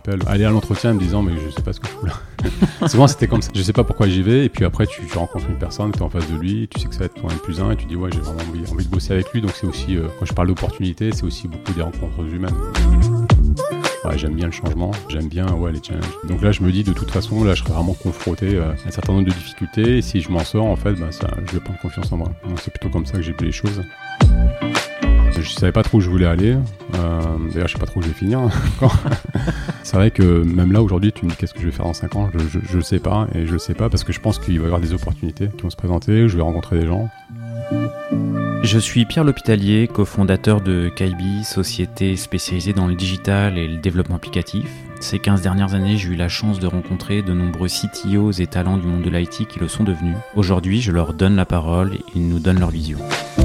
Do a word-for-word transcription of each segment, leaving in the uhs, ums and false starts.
rappelle aller à l'entretien en me disant mais je sais pas ce que je fous là. Souvent c'était comme ça, je sais pas pourquoi j'y vais, et puis après tu, tu rencontres une personne, tu es en face de lui, tu sais que ça va être ton N plus un, et tu dis ouais j'ai vraiment envie, envie de bosser avec lui. Donc c'est aussi, euh, quand je parle d'opportunités, c'est aussi beaucoup des rencontres humaines. Ouais, j'aime bien le changement, j'aime bien ouais, les challenges. Donc là je me dis de toute façon là je serai vraiment confronté euh, à un certain nombre de difficultés, et si je m'en sors en fait bah, ça, je vais prendre confiance en moi. Donc c'est plutôt comme ça que j'ai vu les choses. Je savais pas trop où je voulais aller, euh, d'ailleurs je sais pas trop où je vais finir encore. C'est vrai que même là aujourd'hui tu me dis qu'est-ce que je vais faire dans cinq ans, je, je, je le sais pas, et je le sais pas parce que je pense qu'il va y avoir des opportunités qui vont se présenter, je vais rencontrer des gens. Je suis Pierre L'Hôpitalier, cofondateur de Kaibi, société spécialisée dans le digital et le développement applicatif. Ces quinze dernières années, j'ai eu la chance de rencontrer de nombreux C T Os et talents du monde de l'I T qui le sont devenus. Aujourd'hui, je leur donne la parole et ils nous donnent leur vision.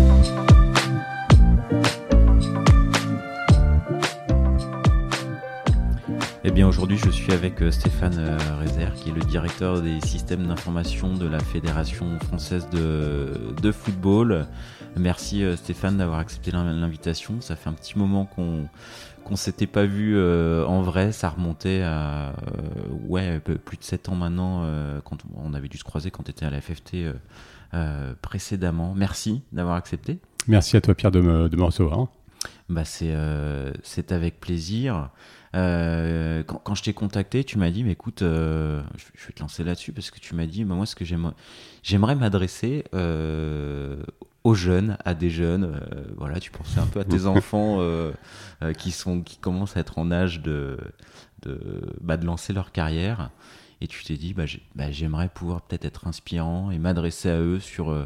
Eh bien aujourd'hui je suis avec Stéphane Rézère qui est le directeur des systèmes d'information de la Fédération française de, de football. Merci Stéphane d'avoir accepté l'invitation. Ça fait un petit moment qu'on qu'on s'était pas vu euh, en vrai, ça remontait à euh, ouais, plus de sept ans maintenant, euh, quand on avait dû se croiser quand tu étais à la F F T euh, euh, précédemment. Merci d'avoir accepté. Merci à toi Pierre de me, de me recevoir. Bah c'est, euh, c'est avec plaisir. Euh, quand, quand je t'ai contacté, tu m'as dit, mais écoute, euh, je, je vais te lancer là-dessus parce que tu m'as dit, bah, moi, ce que j'aimerais, j'aimerais m'adresser euh, aux jeunes, à des jeunes. Euh, voilà, tu pensais un peu à tes enfants euh, euh, qui sont, qui commencent à être en âge de, de, bah, de lancer leur carrière. Et tu t'es dit, bah, j'ai, bah, j'aimerais pouvoir peut-être être inspirant et m'adresser à eux sur, euh,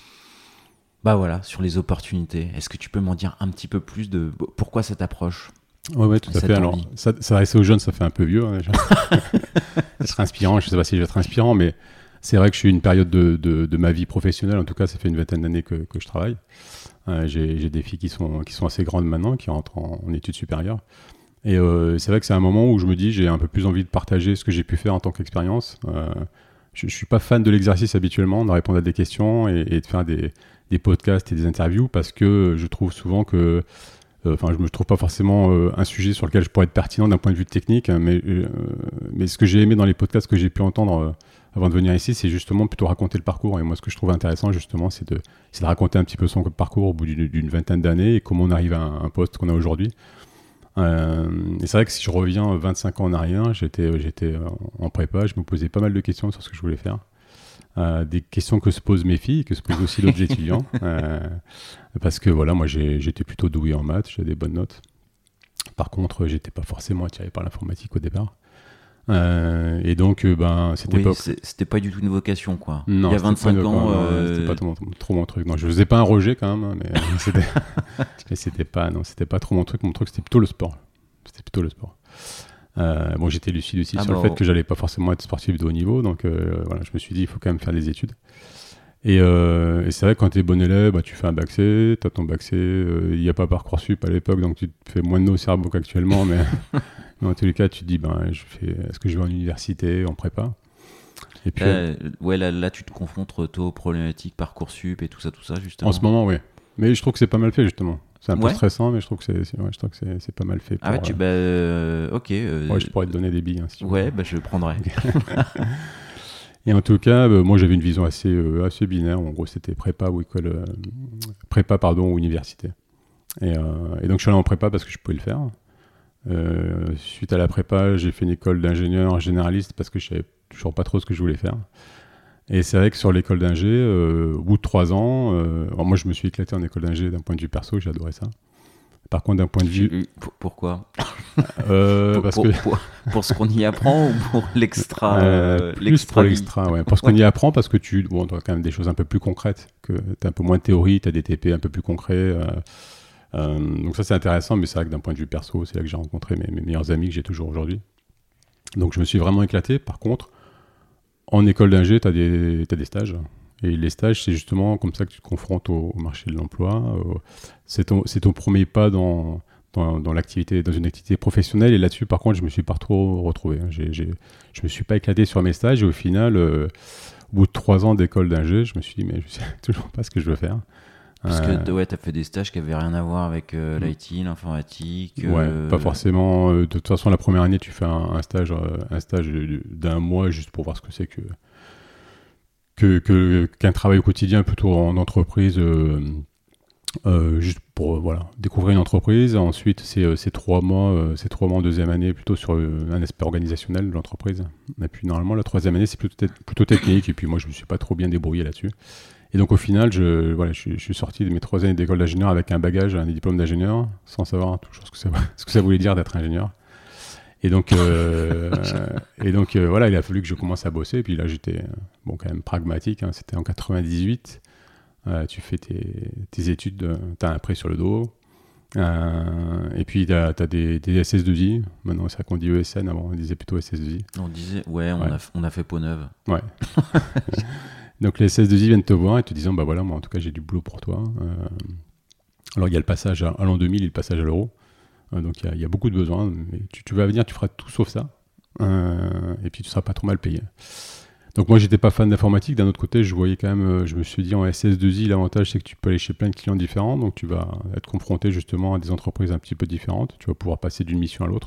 bah voilà, sur les opportunités. Est-ce que tu peux m'en dire un petit peu plus de pourquoi cette approche? Ouais, ouais, tout à fait. Alors, ça, s'adresser aux jeunes, ça fait un peu vieux, hein, déjà. Être inspirant, je sais pas si je vais être inspirant, mais c'est vrai que je suis une période de, de, de ma vie professionnelle. En tout cas, ça fait une vingtaine d'années que, que je travaille. Euh, j'ai, j'ai des filles qui sont, qui sont assez grandes maintenant, qui rentrent en, en études supérieures. Et euh, c'est vrai que c'est un moment où je me dis, j'ai un peu plus envie de partager ce que j'ai pu faire en tant qu'expérience. Euh, je, je suis pas fan de l'exercice habituellement, de répondre à des questions et, et de faire des, des podcasts et des interviews, parce que je trouve souvent que Enfin, je ne me trouve pas forcément euh, un sujet sur lequel je pourrais être pertinent d'un point de vue technique, mais, euh, mais ce que j'ai aimé dans les podcasts que j'ai pu entendre euh, avant de venir ici, c'est justement plutôt raconter le parcours. Et moi, ce que je trouve intéressant, justement, c'est de, c'est de raconter un petit peu son parcours au bout d'une, d'une vingtaine d'années et comment on arrive à un, un poste qu'on a aujourd'hui. Euh, et c'est vrai que si je reviens vingt-cinq ans en arrière, j'étais, j'étais en prépa, je me posais pas mal de questions sur ce que je voulais faire. Euh, des questions que se posent mes filles, que se posent aussi d'autres étudiants, euh, parce que voilà, moi j'ai, j'étais plutôt doué en maths, j'avais des bonnes notes. Par contre, j'étais pas forcément attiré par l'informatique au départ. Euh, et donc, euh, ben, cette oui, époque, c'est, c'était pas du tout une vocation, quoi. Non, il y a vingt-cinq pas, ans, non, euh... c'était pas trop, trop mon truc. Non, je faisais pas un rejet quand même, mais c'était, mais c'était pas, non, c'était pas trop mon truc. Mon truc, c'était plutôt le sport. C'était plutôt le sport. Euh, bon, j'étais lucide aussi ah sur bon. le fait que j'allais pas forcément être sportif de haut niveau, donc euh, voilà, je me suis dit il faut quand même faire des études. Et, euh, et c'est vrai que quand tu es bon élève, bah, tu fais un bac C, tu as ton bac C, il euh, n'y a pas Parcoursup à l'époque, donc tu te fais moins de nos cerveaux qu'actuellement, mais, mais en tous les cas, tu te dis ben, je fais, est-ce que je vais en université, en prépa? Et puis, euh, ouais, là, là, tu te confrontes toi, aux problématiques Parcoursup et tout ça, tout ça, justement. En ce moment, oui. Mais je trouve que c'est pas mal fait, justement. C'est un peu ouais. stressant, mais je trouve que c'est, c'est, ouais, je trouve que c'est, c'est pas mal fait. Pour, ah ouais, tu, bah, euh, ok. Euh, ouais, je pourrais te donner des billes. Hein, si tu ouais, veux. bah, je le prendrai. Et en tout cas, euh, moi, j'avais une vision assez, euh, assez binaire. En gros, c'était prépa ou école, euh, prépa, pardon, ou université. Et, euh, et donc, je suis allé en prépa parce que je pouvais le faire. Euh, suite à la prépa, j'ai fait une école d'ingénieur généraliste parce que je savais toujours pas trop ce que je voulais faire. Et c'est vrai que sur l'école d'ingé, euh, au bout de trois ans, euh, alors moi je me suis éclaté en école d'ingé d'un point de vue perso, j'ai adoré ça. Par contre, d'un point de vue... Pourquoi euh, pour, parce pour, que... pour, pour ce qu'on y apprend ou pour l'extra euh, Plus l'extra pour l'extra, ouais. Pour ce qu'on y apprend, parce que tu bon, as quand même des choses un peu plus concrètes, que tu as un peu moins de théorie, tu as des T P un peu plus concrets. Euh, euh, donc ça c'est intéressant, mais c'est vrai que d'un point de vue perso, c'est là que j'ai rencontré mes, mes meilleurs amis que j'ai toujours aujourd'hui. Donc je me suis vraiment éclaté. Par contre, en école d'ingé, tu as des, t'as des stages. Et les stages, c'est justement comme ça que tu te confrontes au, au marché de l'emploi. Euh, c'est, ton, c'est ton premier pas dans, dans, dans, l'activité, dans une activité professionnelle. Et là-dessus, par contre, je ne me suis pas trop retrouvé. J'ai, j'ai, je ne me suis pas éclaté sur mes stages. Et au final, euh, au bout de trois ans d'école d'ingé, je me suis dit, mais je ne sais toujours pas ce que je veux faire. Parce Euh, que ouais, tu as fait des stages qui n'avaient rien à voir avec euh, l'I T, l'informatique. Ouais, euh, pas forcément. euh, De toute façon, la première année, tu fais un, un stage, euh, un stage de- d'un mois juste pour voir ce que c'est que, que, que- qu'un travail au quotidien plutôt en entreprise, euh, euh, juste pour euh, voilà, découvrir une entreprise. Ensuite, c'est, euh, c'est trois mois, euh, c'est trois mois en deuxième année plutôt sur euh, un aspect organisationnel de l'entreprise. Et puis normalement, la troisième année, c'est plutôt, te- plutôt technique. Et puis moi, je me suis pas trop bien débrouillé là-dessus. Et donc au final, je, voilà, je, suis- je suis sorti de mes trois années d'école d'ingénieur avec un bagage, un diplôme d'ingénieur, sans savoir toujours ce que ça, ce que ça voulait dire d'être ingénieur. Et donc, euh, et donc euh, voilà, il a fallu que je commence à bosser. Et puis là, j'étais euh, bon, quand même pragmatique. Hein, c'était en quatre-vingt-dix-huit. Euh, tu fais tes, tes études, tu as un prêt sur le dos. Euh, et puis, tu as des, des S S deux I. Maintenant, c'est vrai qu'on dit E S N. Avant, on disait plutôt S S deux I. On disait, ouais, on, Ouais. A, on a fait peau neuve. Ouais. Donc, les S S deux I viennent te voir et te disant, bah voilà, moi, en tout cas, j'ai du boulot pour toi. Euh, alors, il y a le passage à, à l'an deux mille et le passage à l'euro. Euh, donc, il y, y a beaucoup de besoins. Mais tu, tu vas venir, tu feras tout sauf ça. Euh, et puis, tu seras pas trop mal payé. Donc moi j'étais pas fan d'informatique, d'un autre côté je voyais quand même, euh, je me suis dit en S S deux I l'avantage c'est que tu peux aller chez plein de clients différents, donc tu vas être confronté justement à des entreprises un petit peu différentes, tu vas pouvoir passer d'une mission à l'autre.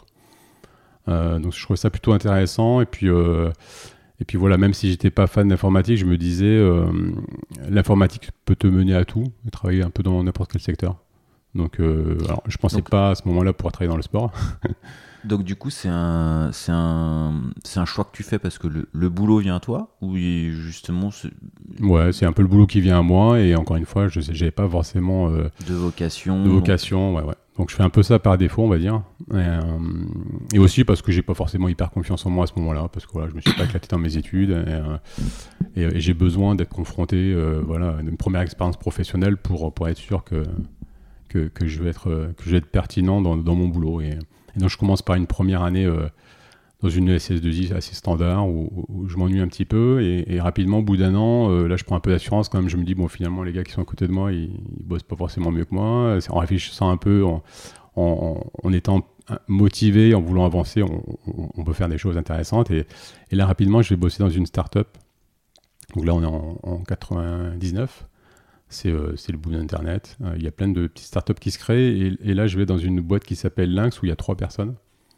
Euh, donc je trouvais ça plutôt intéressant et puis, euh, et puis voilà, même si j'étais pas fan d'informatique, je me disais euh, l'informatique peut te mener à tout, et travailler un peu dans n'importe quel secteur. Donc euh, alors, je pensais Donc- pas à ce moment-là pouvoir travailler dans le sport. Donc du coup, c'est un, c'est un, c'est un choix que tu fais parce que le, le boulot vient à toi ou il- justement c'est Ouais, c'est un peu le boulot qui vient à moi et encore une fois, je n'avais pas forcément euh, de vocation. de vocation. Ouais, ouais. Donc je fais un peu ça par défaut, on va dire. Et, euh, et aussi parce que j'ai pas forcément hyper confiance en moi à ce moment-là, parce que voilà, je me suis pas éclaté dans mes études et, euh, et, et j'ai besoin d'être confronté, euh, voilà, à une première expérience professionnelle pour pour être sûr que que, que je vais être euh, que je vais être pertinent dans, dans mon boulot. Et, et donc je commence par une première année euh, dans une S S deux I assez standard où, où je m'ennuie un petit peu et, et rapidement au bout d'un an euh, là je prends un peu d'assurance quand même, je me dis bon finalement les gars qui sont à côté de moi ils, ils bossent pas forcément mieux que moi. C'est en réfléchissant un peu en, en, en étant motivé, en voulant avancer, on, on, on peut faire des choses intéressantes et, et là rapidement je vais bosser dans une start-up. Donc là on est en, en quatre-vingt-dix-neuf. C'est, euh, c'est le boom d'Internet. Euh, il y a plein de petites startups qui se créent. Et, et là, je vais dans une boîte qui s'appelle Lynx où il y a trois personnes.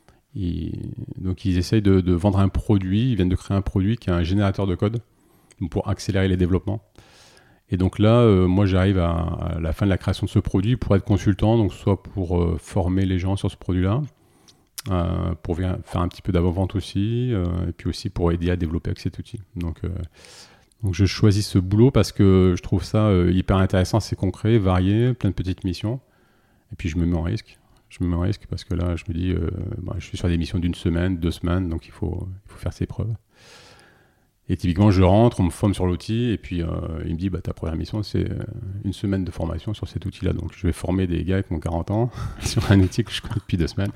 Et donc, ils essayent de, de vendre un produit. Ils viennent de créer un produit qui est un générateur de code pour accélérer les développements. Et donc là, euh, moi, j'arrive à, à la fin de la création de ce produit pour être consultant, donc soit pour euh, former les gens sur ce produit-là, euh, pour faire un petit peu d'avant-vente aussi, euh, et puis aussi pour aider à développer avec cet outil. Donc, euh, Donc je choisis ce boulot parce que je trouve ça euh, hyper intéressant, c'est concret, varié, plein de petites missions. Et puis je me mets en risque. Je me mets en risque parce que là, je me dis, euh, bah, je suis sur des missions d'une semaine, deux semaines, donc il faut, il faut faire ses preuves. Et typiquement, je rentre, on me forme sur l'outil, et puis euh, il me dit, bah, ta première mission, c'est euh, une semaine de formation sur cet outil-là. Donc je vais former des gars qui ont quarante ans sur un outil que je connais depuis deux semaines.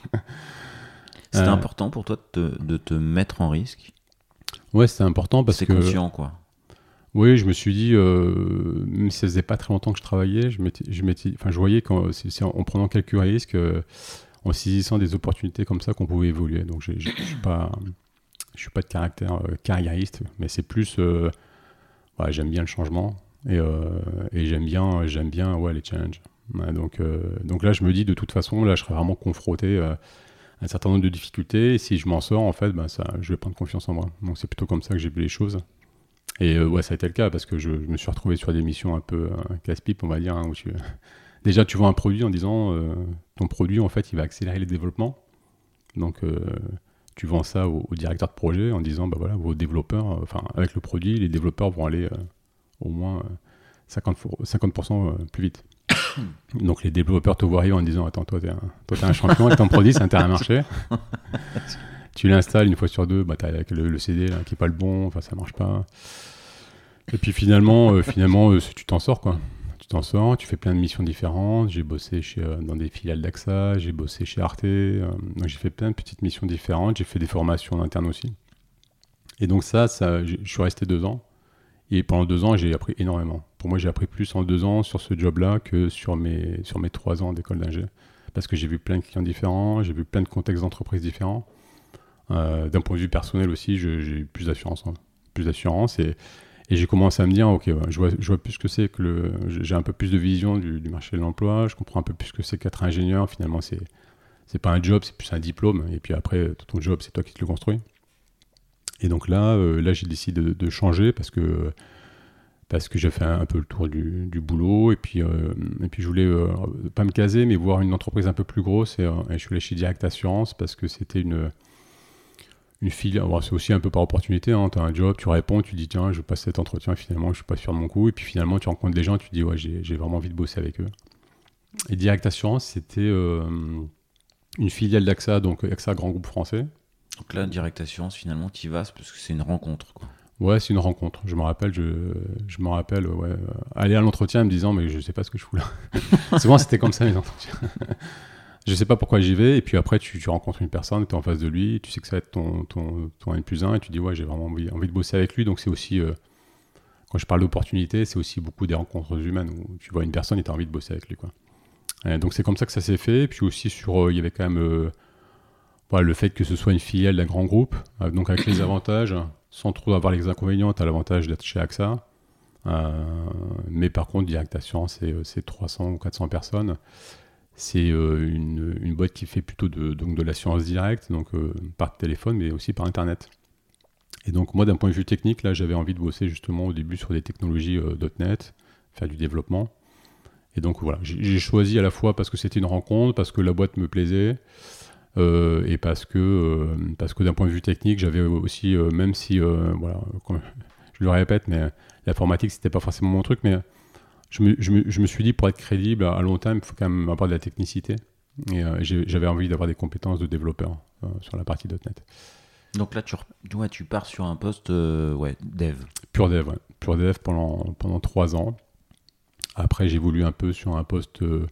C'était Euh, important pour toi de te, de te mettre en risque. Ouais, c'était important parce C'est que... conscient, quoi. Oui, je me suis dit, euh, même si ça faisait pas très longtemps que je travaillais, je, m'étais, je, m'étais, enfin, je voyais qu'en en, en prenant quelques risques, euh, en saisissant des opportunités comme ça, qu'on pouvait évoluer. Donc, j'ai, j'ai, je ne suis, pas, je suis pas de caractère euh, carriériste, mais c'est plus, euh, ouais, j'aime bien le changement et, euh, et j'aime bien, j'aime bien ouais, les challenges. Ouais, donc, euh, donc là, je me dis, de toute façon, là, je serai vraiment confronté euh, à un certain nombre de difficultés. Et si je m'en sors, en fait, ben, ça, je vais prendre confiance en moi. Donc, c'est plutôt comme ça que j'ai vu les choses. Et euh, ouais, ça a été le cas parce que je, je me suis retrouvé sur des missions un peu euh, casse-pipe, on va dire, hein, où tu... déjà tu vends un produit en disant euh, ton produit en fait il va accélérer les développements. Donc euh, tu vends ça au, au directeur de projet en disant bah voilà, vos développeurs, euh, enfin avec le produit, les développeurs vont aller euh, au moins euh, cinquante pour cent euh, plus vite. Donc les développeurs te voient arriver en disant attends, toi t'es un, toi, t'es un champion avec ton produit, c'est intérêt à marcher. Tu l'installes une fois sur deux, bah, tu as le, le C D là, qui n'est pas le bon, enfin ça marche pas. Et puis finalement, euh, finalement euh, tu t'en sors quoi. Tu t'en sors, tu fais plein de missions différentes. J'ai bossé chez, euh, dans des filiales d'A X A, j'ai bossé chez Arte, euh, donc j'ai fait plein de petites missions différentes. J'ai fait des formations en interne aussi. Et donc ça, ça je suis resté deux ans. Et pendant deux ans, j'ai appris énormément. Pour moi, j'ai appris plus en deux ans sur ce job-là que sur mes, sur mes trois ans d'école d'ingé. Parce que j'ai vu plein de clients différents, j'ai vu plein de contextes d'entreprise différents. Euh, d'un point de vue personnel aussi, je, j'ai eu plus d'assurance. Hein. Plus d'assurance. Et, Et j'ai commencé à me dire, ok, ouais, je, vois, je vois plus ce que c'est que le... J'ai un peu plus de vision du, du marché de l'emploi, je comprends un peu plus ce que c'est qu'être ingénieur. Finalement, c'est, c'est pas un job, c'est plus un diplôme. Et puis après, ton job, c'est toi qui te le construis. Et donc là, euh, là j'ai décidé de, de changer parce que, parce que j'ai fait un, un peu le tour du, du boulot. Et puis, euh, et puis je voulais euh, pas me caser, mais voir une entreprise un peu plus grosse. Et, euh, et je suis allé chez Direct Assurance parce que c'était une... Une filiale, bon, c'est aussi un peu par opportunité, hein. Tu as un job, tu réponds, tu dis tiens, je passe cet entretien, et finalement je suis pas sûr de mon coup, et puis finalement tu rencontres des gens, tu dis ouais, j'ai, j'ai vraiment envie de bosser avec eux. Et Direct Assurance, c'était euh, une filiale d'A X A, donc A X A, grand groupe français. Donc là, Direct Assurance, finalement, tu y vas parce que c'est une rencontre, quoi. Ouais, c'est une rencontre. Je me rappelle, je, je me rappelle, ouais, euh, aller à l'entretien en me disant mais je sais pas ce que je fous là. Souvent c'était comme ça les entretiens. Je sais pas pourquoi j'y vais, et puis après tu, tu rencontres une personne, tu es en face de lui, tu sais que ça va être ton, ton, ton N plus un, et tu dis ouais, j'ai vraiment envie, envie de bosser avec lui. Donc c'est aussi, euh, quand je parle d'opportunité, c'est aussi beaucoup des rencontres humaines où tu vois une personne et tu as envie de bosser avec lui, quoi. Et donc c'est comme ça que ça s'est fait. Et puis aussi, sur, euh, il y avait quand même euh, voilà, le fait que ce soit une filiale d'un grand groupe, euh, donc avec les avantages, sans trop avoir les inconvénients, tu as l'avantage d'être chez A X A. Euh, mais par contre, Direct Assurance, c'est, c'est trois cents ou quatre cents personnes. C'est euh, une, une boîte qui fait plutôt de, donc de l'assurance directe, donc euh, par téléphone, mais aussi par Internet. Et donc moi, d'un point de vue technique, là, j'avais envie de bosser justement au début sur des technologies euh, .NET, faire du développement. Et donc voilà, j'ai, j'ai choisi à la fois parce que c'était une rencontre, parce que la boîte me plaisait, euh, et parce que, euh, parce que d'un point de vue technique, j'avais aussi, euh, même si, euh, voilà, comme je le répète, mais l'informatique, c'était pas forcément mon truc, mais Je me, je, me, je me suis dit, pour être crédible à long terme, il faut quand même avoir de la technicité. Et euh, j'ai, j'avais envie d'avoir des compétences de développeur euh, sur la partie .NET. Donc là, tu, ouais, tu pars sur un poste euh, ouais, dev. Pur dev, ouais. Pur dev pendant, pendant trois ans. Après, j'ai évolué un peu sur un poste euh,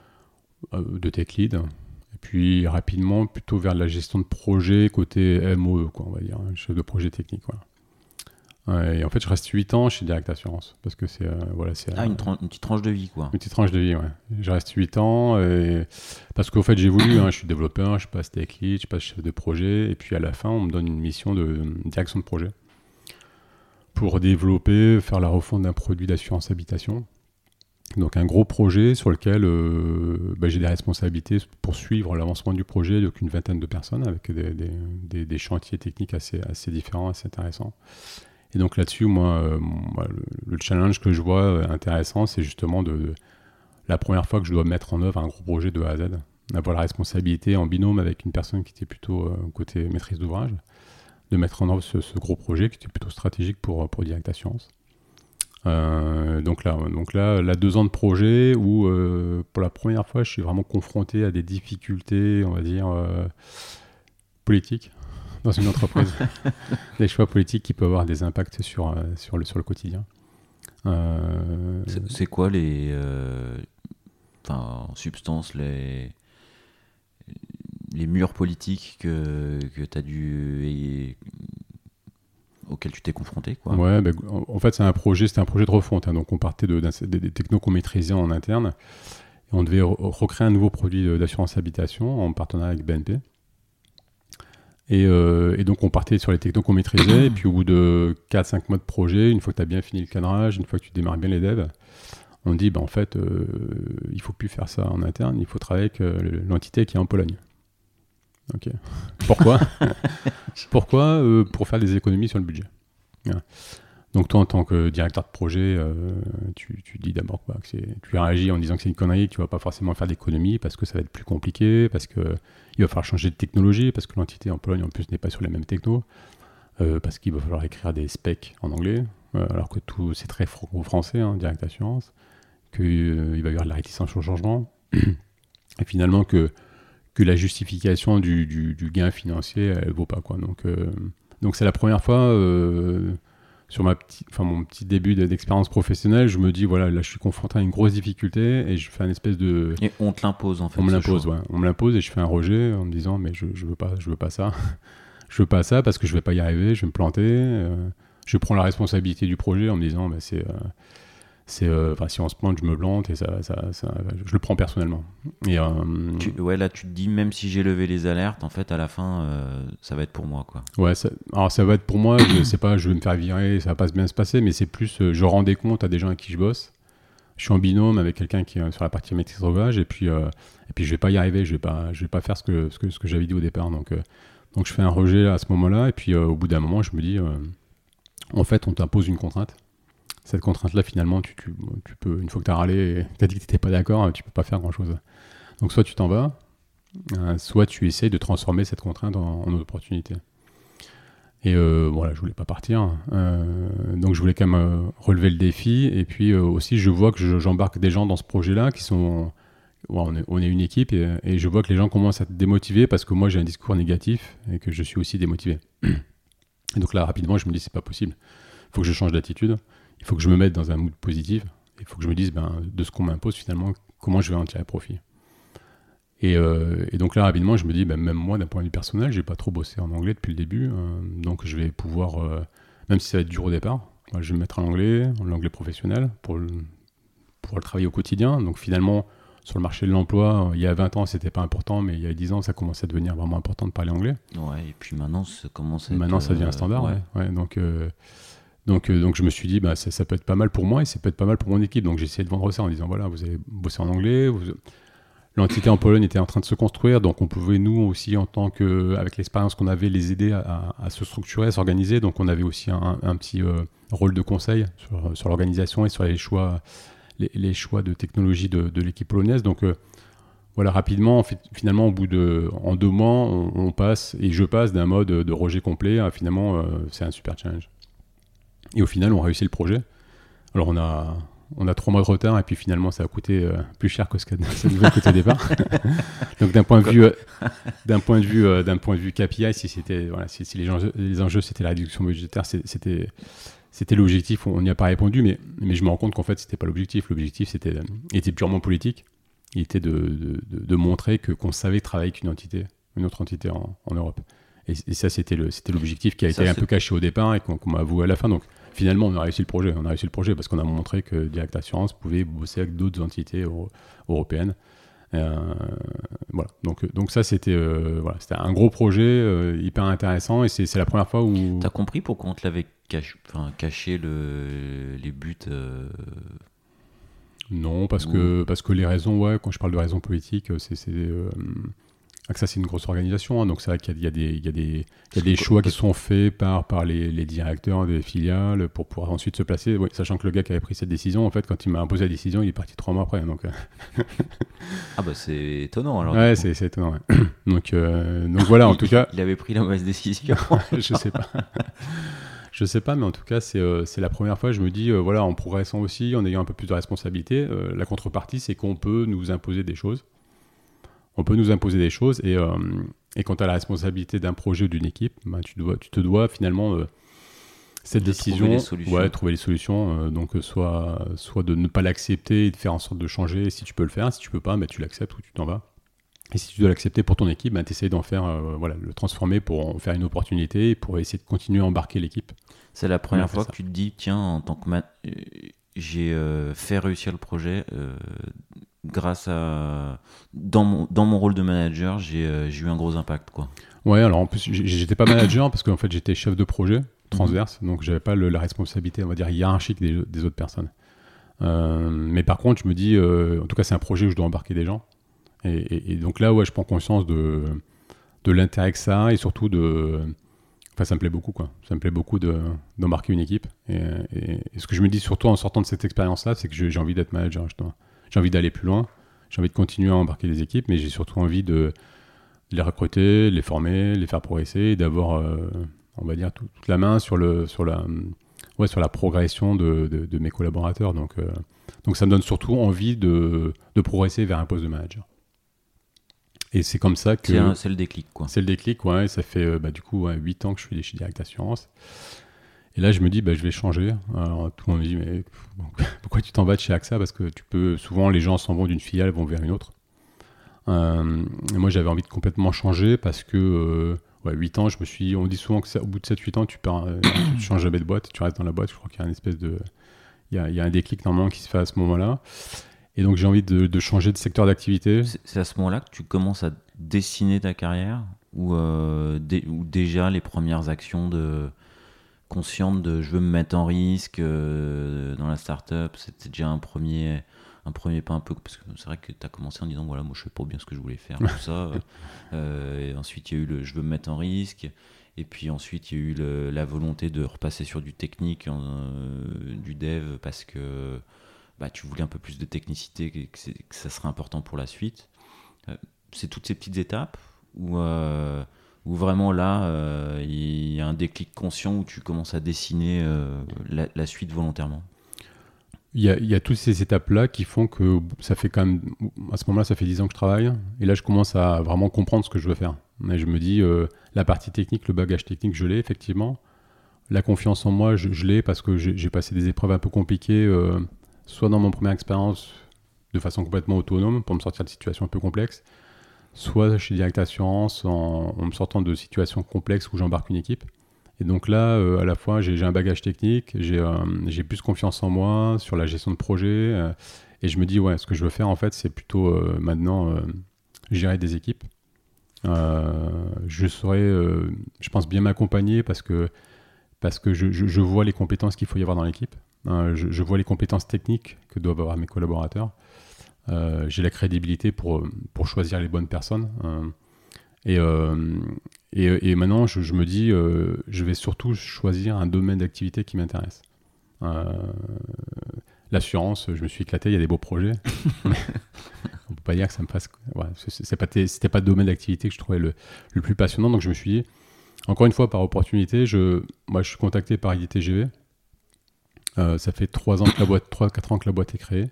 de tech lead. Et puis, rapidement, plutôt vers la gestion de projet côté M O E, quoi, on va dire, hein, chef de projet technique. Voilà. Ouais, et en fait, je reste huit ans chez Direct Assurance parce que c'est euh, voilà, c'est ah euh, une, tran- une petite tranche de vie, quoi. Une petite tranche de vie, ouais. Je reste huit ans et... parce qu'au fait, j'évolue. Hein, je suis développeur, je passe tech lead, je passe chef de projet, et puis à la fin, on me donne une mission de direction de projet pour développer, faire la refonte d'un produit d'assurance habitation. Donc un gros projet sur lequel euh, bah, j'ai des responsabilités pour suivre l'avancement du projet, donc une vingtaine de personnes avec des, des, des, des chantiers techniques assez, assez différents, assez intéressants. Et donc là-dessus, moi, euh, moi le, le challenge que je vois euh, intéressant, c'est justement de, de la première fois que je dois mettre en œuvre un gros projet de A à Z, avoir la responsabilité en binôme avec une personne qui était plutôt euh, côté maîtrise d'ouvrage, de mettre en œuvre ce, ce gros projet qui était plutôt stratégique pour, pour Direct Assurance. Euh, donc là, donc là, là, deux ans de projet où euh, pour la première fois, je suis vraiment confronté à des difficultés, on va dire, euh, politiques dans une entreprise. Des choix politiques qui peuvent avoir des impacts sur, euh, sur, le, sur le quotidien. Euh... C'est, c'est quoi les... Euh, enfin, en substance, les, les murs politiques que, que tu as dû... Et, auquel tu t'es confronté, quoi. Ouais, bah, en, en fait, c'est un projet, c'était un projet de refonte. Hein, donc, on partait de, des, des technos qu'on maîtrisait en interne. Et on devait re- recréer un nouveau produit d'assurance habitation en partenariat avec B N P. Et, euh, et donc, on partait sur les technos qu'on maîtrisait. Et puis, au bout de quatre à cinq mois de projet, une fois que tu as bien fini le cadrage, une fois que tu démarres bien les devs, on dit, bah, en fait, euh, il ne faut plus faire ça en interne. Il faut travailler avec euh, l'entité qui est en Pologne. Ok. Pourquoi Pourquoi euh, Pour faire des économies sur le budget. Voilà. Donc toi, en tant que directeur de projet, euh, tu, tu dis d'abord quoi, que c'est, tu réagis en disant que c'est une connerie, que tu vas pas forcément faire d'économies parce que ça va être plus compliqué, parce que il va falloir changer de technologie, parce que l'entité en Pologne en plus n'est pas sur les mêmes technos, euh, parce qu'il va falloir écrire des specs en anglais, euh, alors que tout c'est très franco-français, hein, Direct Assurance, qu'il euh, va y avoir de la réticence au changement, et finalement que que la justification du, du, du gain financier, elle vaut pas, quoi. Donc, euh, donc c'est la première fois, euh, sur ma petit, enfin, mon petit début d'expérience professionnelle, je me dis, voilà, là je suis confronté à une grosse difficulté et je fais un espèce de... Et on te l'impose, en fait. On me l'impose, ouais. On me l'impose et je fais un rejet en me disant, mais je, je veux pas, je veux pas ça. Je veux pas ça parce que je vais pas y arriver, je vais me planter. Euh, je prends la responsabilité du projet en me disant, bah, c'est... Euh, c'est, euh, si on se plante, je me plante et ça, ça, ça, je le prends personnellement. Et, euh, tu, ouais, là, tu te dis, même si j'ai levé les alertes, en fait, à la fin, euh, ça va être pour moi, quoi. Ouais, ça, alors ça va être pour moi, je sais pas, je vais me faire virer, ça va pas bien se passer, mais c'est plus, euh, je rends des comptes à des gens avec qui je bosse. Je suis en binôme avec quelqu'un qui est sur la partie maîtrise d'ouvrage et puis, euh, et puis je vais pas y arriver, je vais pas, je vais pas faire ce que, ce que, ce que j'avais dit au départ. Donc, euh, donc je fais un rejet à ce moment-là et puis euh, au bout d'un moment, je me dis, euh, en fait, on t'impose une contrainte. Cette contrainte-là, finalement, tu, tu, tu peux, une fois que tu as râlé et tu as dit que tu n'étais pas d'accord, tu peux pas faire grand-chose. Donc soit tu t'en vas, euh, soit tu essayes de transformer cette contrainte en, en opportunité. Et euh, voilà, je voulais pas partir. Euh, donc je voulais quand même euh, relever le défi. Et puis euh, aussi, je vois que je, j'embarque des gens dans ce projet-là qui sont... Ouais, on, est, on est une équipe et, et je vois que les gens commencent à être démotivés parce que moi j'ai un discours négatif et que je suis aussi démotivé. Et donc là, rapidement, je me dis c'est pas possible. Il faut que je change d'attitude. Il faut que je me mette dans un mood positif. Il faut que je me dise ben, de ce qu'on m'impose finalement, comment je vais en tirer profit. Et, euh, et donc là, rapidement, je me dis, ben, même moi, d'un point de vue personnel, j'ai pas trop bossé en anglais depuis le début. Euh, donc je vais pouvoir, euh, même si ça va être dur au départ, moi, je vais me mettre en anglais, en anglais professionnel, pour le, pour le travailler au quotidien. Donc finalement, sur le marché de l'emploi, il y a vingt ans, c'était pas important, mais il y a dix ans, ça commençait à devenir vraiment important de parler anglais. Ouais, et puis maintenant, ça commence à être, Maintenant, ça devient un standard. ouais. Ouais. Ouais, donc, euh, donc, euh, donc je me suis dit, bah, ça, ça peut être pas mal pour moi et ça peut être pas mal pour mon équipe. Donc j'ai essayé de vendre ça en disant, voilà, vous avez bossé en anglais, vous... L'entité en Pologne était en train de se construire, donc on pouvait nous aussi, en tant que, avec l'expérience qu'on avait, les aider à, à se structurer, à s'organiser. Donc on avait aussi un, un petit euh, rôle de conseil sur, sur l'organisation et sur les choix, les, les choix de technologie de, de l'équipe polonaise. Donc euh, voilà, rapidement, en fait, finalement, au bout de, en deux mois, on, on passe et je passe d'un mode de rejet complet à finalement, euh, c'est un super challenge. Et au final, on réussit le projet. Alors on a On a trois mois de retard et puis finalement ça a coûté euh, plus cher que ce que ça devait coûter au départ. Donc d'un point de vue, euh, d'un point de vue, euh, d'un point de vue K P I, si c'était, voilà, si, si les enjeux, les enjeux c'était la réduction budgétaire, c'était, c'était l'objectif. On n'y a pas répondu, mais, mais je me rends compte qu'en fait c'était pas l'objectif. L'objectif c'était, était purement politique. Il était de, de, de, de montrer que qu'on savait travailler avec une entité, une autre entité en, en Europe. Et, et ça c'était le, c'était l'objectif qui a ça, été un peu caché au départ et qu'on, qu'on m'a avoué à la fin. Donc finalement, on a réussi le projet. On a réussi le projet parce qu'on a montré que Direct Assurance pouvait bosser avec d'autres entités euro- européennes. Euh, voilà. Donc, donc ça, c'était, euh, voilà, c'était un gros projet euh, hyper intéressant et c'est, c'est la première fois où... T'as compris pourquoi on te l'avait caché, enfin, caché le, les buts euh... Non, parce, ou... que, parce que les raisons, ouais, quand je parle de raisons politiques, c'est... c'est euh, que ça, c'est une grosse organisation, hein, donc c'est vrai qu'il y a, il y a des, il y a des, il y a des choix qui sont faits par, par les, les directeurs des filiales pour pouvoir ensuite se placer, oui, sachant que le gars qui avait pris cette décision, en fait, quand il m'a imposé la décision, il est parti trois mois après. Donc, ah bah c'est étonnant alors. Ouais, c'est, c'est étonnant. Ouais. Donc, euh, donc voilà, en tout cas... Il avait pris la mauvaise décision. Je sais pas. Je sais pas, mais en tout cas, c'est, euh, c'est la première fois, je me dis, euh, voilà, en progressant aussi, en ayant un peu plus de responsabilité, euh, la contrepartie, c'est qu'on peut nous imposer des choses. On peut nous imposer des choses et, euh, et quand tu as la responsabilité d'un projet ou d'une équipe, bah, tu, dois, tu te dois finalement euh, cette de décision, trouver les solutions. Ouais, trouver les solutions. Euh, donc soit, soit de ne pas l'accepter et de faire en sorte de changer si tu peux le faire. Si tu peux pas, bah, tu l'acceptes ou tu t'en vas. Et si tu dois l'accepter pour ton équipe, bah, tu essaies d'en faire, euh, voilà, le transformer pour en faire une opportunité et pour essayer de continuer à embarquer l'équipe. C'est la première fois que tu te dis, tiens, en tant que ma... j'ai euh, fait réussir le projet. Euh... Grâce à dans mon dans mon rôle de manager, j'ai euh, j'ai eu un gros impact, quoi. Ouais, alors en plus j'étais pas manager parce qu'en fait j'étais chef de projet transverse, mmh. donc j'avais pas le, la responsabilité, on va dire hiérarchique des, des autres personnes. Euh, mais par contre, je me dis, euh, en tout cas c'est un projet où je dois embarquer des gens, et, et, et donc là ouais, je prends conscience de de l'intérêt que ça a et surtout de, enfin ça me plaît beaucoup, quoi. Ça me plaît beaucoup de d'embarquer une équipe. Et, et, et ce que je me dis surtout en sortant de cette expérience-là, c'est que j'ai envie d'être manager, justement. J'ai envie d'aller plus loin, j'ai envie de continuer à embarquer les équipes, mais j'ai surtout envie de, de les recruter, de les former, les faire progresser et d'avoir, euh, on va dire, tout, toute la main sur, le, sur, la, ouais, sur la progression de, de, de mes collaborateurs. Donc, euh, donc ça me donne surtout envie de, de progresser vers un poste de manager. Et c'est comme ça que... C'est, un, c'est le déclic, quoi. C'est le déclic, ouais. Ça fait bah, du coup ouais, huit ans que je suis chez Direct Assurance. Et là, je me dis, bah, je vais changer. Alors, tout le monde me dit, mais pourquoi tu t'en vas de chez A X A ? Parce que tu peux, souvent, les gens s'en vont d'une filiale, vont vers une autre. Euh, et moi, j'avais envie de complètement changer parce que, euh, ouais, huit ans, je me suis, on dit souvent que ça, au bout de sept huit ans, tu, pars, euh, tu changes jamais de boîte, tu restes dans la boîte. Je crois qu'il y a une espèce de, il y a, y a un déclic normalement qui se fait à ce moment-là. Et donc j'ai envie de, de changer de secteur d'activité. C'est, c'est à ce moment-là que tu commences à dessiner ta carrière ou, euh, dé, ou déjà les premières actions de, conscientes de je veux me mettre en risque euh, dans la start-up, c'était déjà un premier, un premier pas un peu, parce que c'est vrai que tu as commencé en disant voilà, moi je fais pas bien ce que je voulais faire, tout ça. Euh, et ensuite il y a eu le je veux me mettre en risque. Et puis ensuite, il y a eu le, la volonté de repasser sur du technique, euh, du dev, parce que bah, tu voulais un peu plus de technicité, que, que, que ça serait important pour la suite. Euh, c'est toutes ces petites étapes où, euh, où vraiment là, euh, il y a un déclic conscient où tu commences à dessiner euh, la, la suite volontairement. Il y, a, il y a toutes ces étapes-là qui font que ça fait quand même, à ce moment-là, ça fait dix ans que je travaille, et là, je commence à vraiment comprendre ce que je veux faire. Mais je me dis, euh, la partie technique, le bagage technique, je l'ai effectivement. La confiance en moi, je, je l'ai parce que j'ai, j'ai passé des épreuves un peu compliquées, euh, soit dans mon première expérience, de façon complètement autonome, pour me sortir de situations un peu complexes, soit chez Direct Assurance, en, en me sortant de situations complexes où j'embarque une équipe. Et donc là, euh, à la fois, j'ai, j'ai un bagage technique, j'ai, euh, j'ai plus confiance en moi sur la gestion de projet, euh, et je me dis, ouais, ce que je veux faire, en fait, c'est plutôt euh, maintenant euh, gérer des équipes. Euh, je saurais, euh, je pense, bien m'accompagner parce que, parce que je, je, je vois les compétences qu'il faut y avoir dans l'équipe. Euh, je, je vois les compétences techniques que doivent avoir mes collaborateurs. Euh, j'ai la crédibilité pour, pour choisir les bonnes personnes. Euh, Et, euh, et, et maintenant, je, je me dis, euh, je vais surtout choisir un domaine d'activité qui m'intéresse. Euh, l'assurance, je me suis éclaté, il y a des beaux projets. Mais on ne peut pas dire que ça me fasse... Ouais, c'est, c'est pas, c'était pas le domaine d'activité que je trouvais le, le plus passionnant. Donc je me suis dit, encore une fois, par opportunité, je, moi, je suis contacté par I D T G V. Euh, ça fait trois ans que la boîte, trois, quatre ans que la boîte est créée.